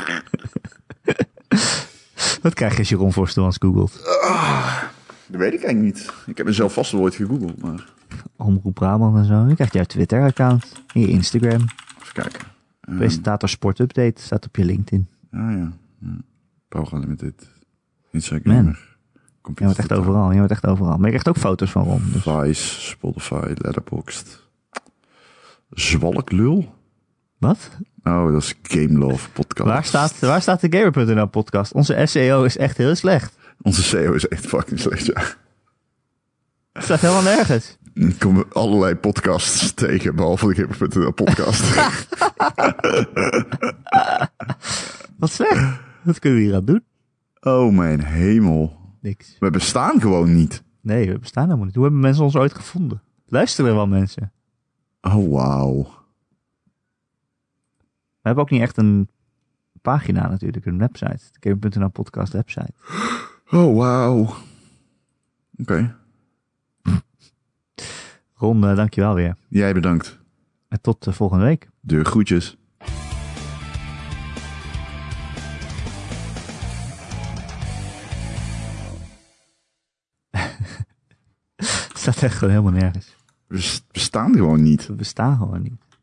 Wat krijg je als je Ron Forstemans googelt? Uh, dat weet ik eigenlijk niet. Ik heb mezelf vast wel ooit gegoogeld, maar... Omroep Brabant en zo. Je krijgt jouw Twitter-account. En je Instagram. Even kijken. Um, Presentator Sport Update staat op je LinkedIn. Ah ja. ja. Power Limited. Instagram. Man. Je wordt echt overal. Je wordt echt overal. Maar je krijgt ook foto's van Ron. Dus. Vice, Spotify, Letterboxd. Zwalklul? Wat? Oh, dat is Game Love podcast. Waar staat, waar staat de gamer punt n l podcast? Onze S E O is echt heel slecht. Onze S E O is echt fucking slecht, ja. Het staat helemaal nergens. Er komen allerlei podcasts tegen, behalve de gamer punt n l podcast. Wat slecht. Wat kunnen we hier aan doen? Oh mijn hemel. Niks. We bestaan gewoon niet. Nee, we bestaan helemaal niet. Hoe hebben mensen ons ooit gevonden? Luisteren er wel mensen? Oh, wauw. We hebben ook niet echt een pagina natuurlijk, een website. De gamer punt n l podcast website. Oh, wauw. Oké. Okay. Ron, uh, dankjewel weer. Jij bedankt. En tot uh, volgende week. De groetjes. Het staat echt gewoon helemaal nergens. We bestaan gewoon niet. We bestaan gewoon niet.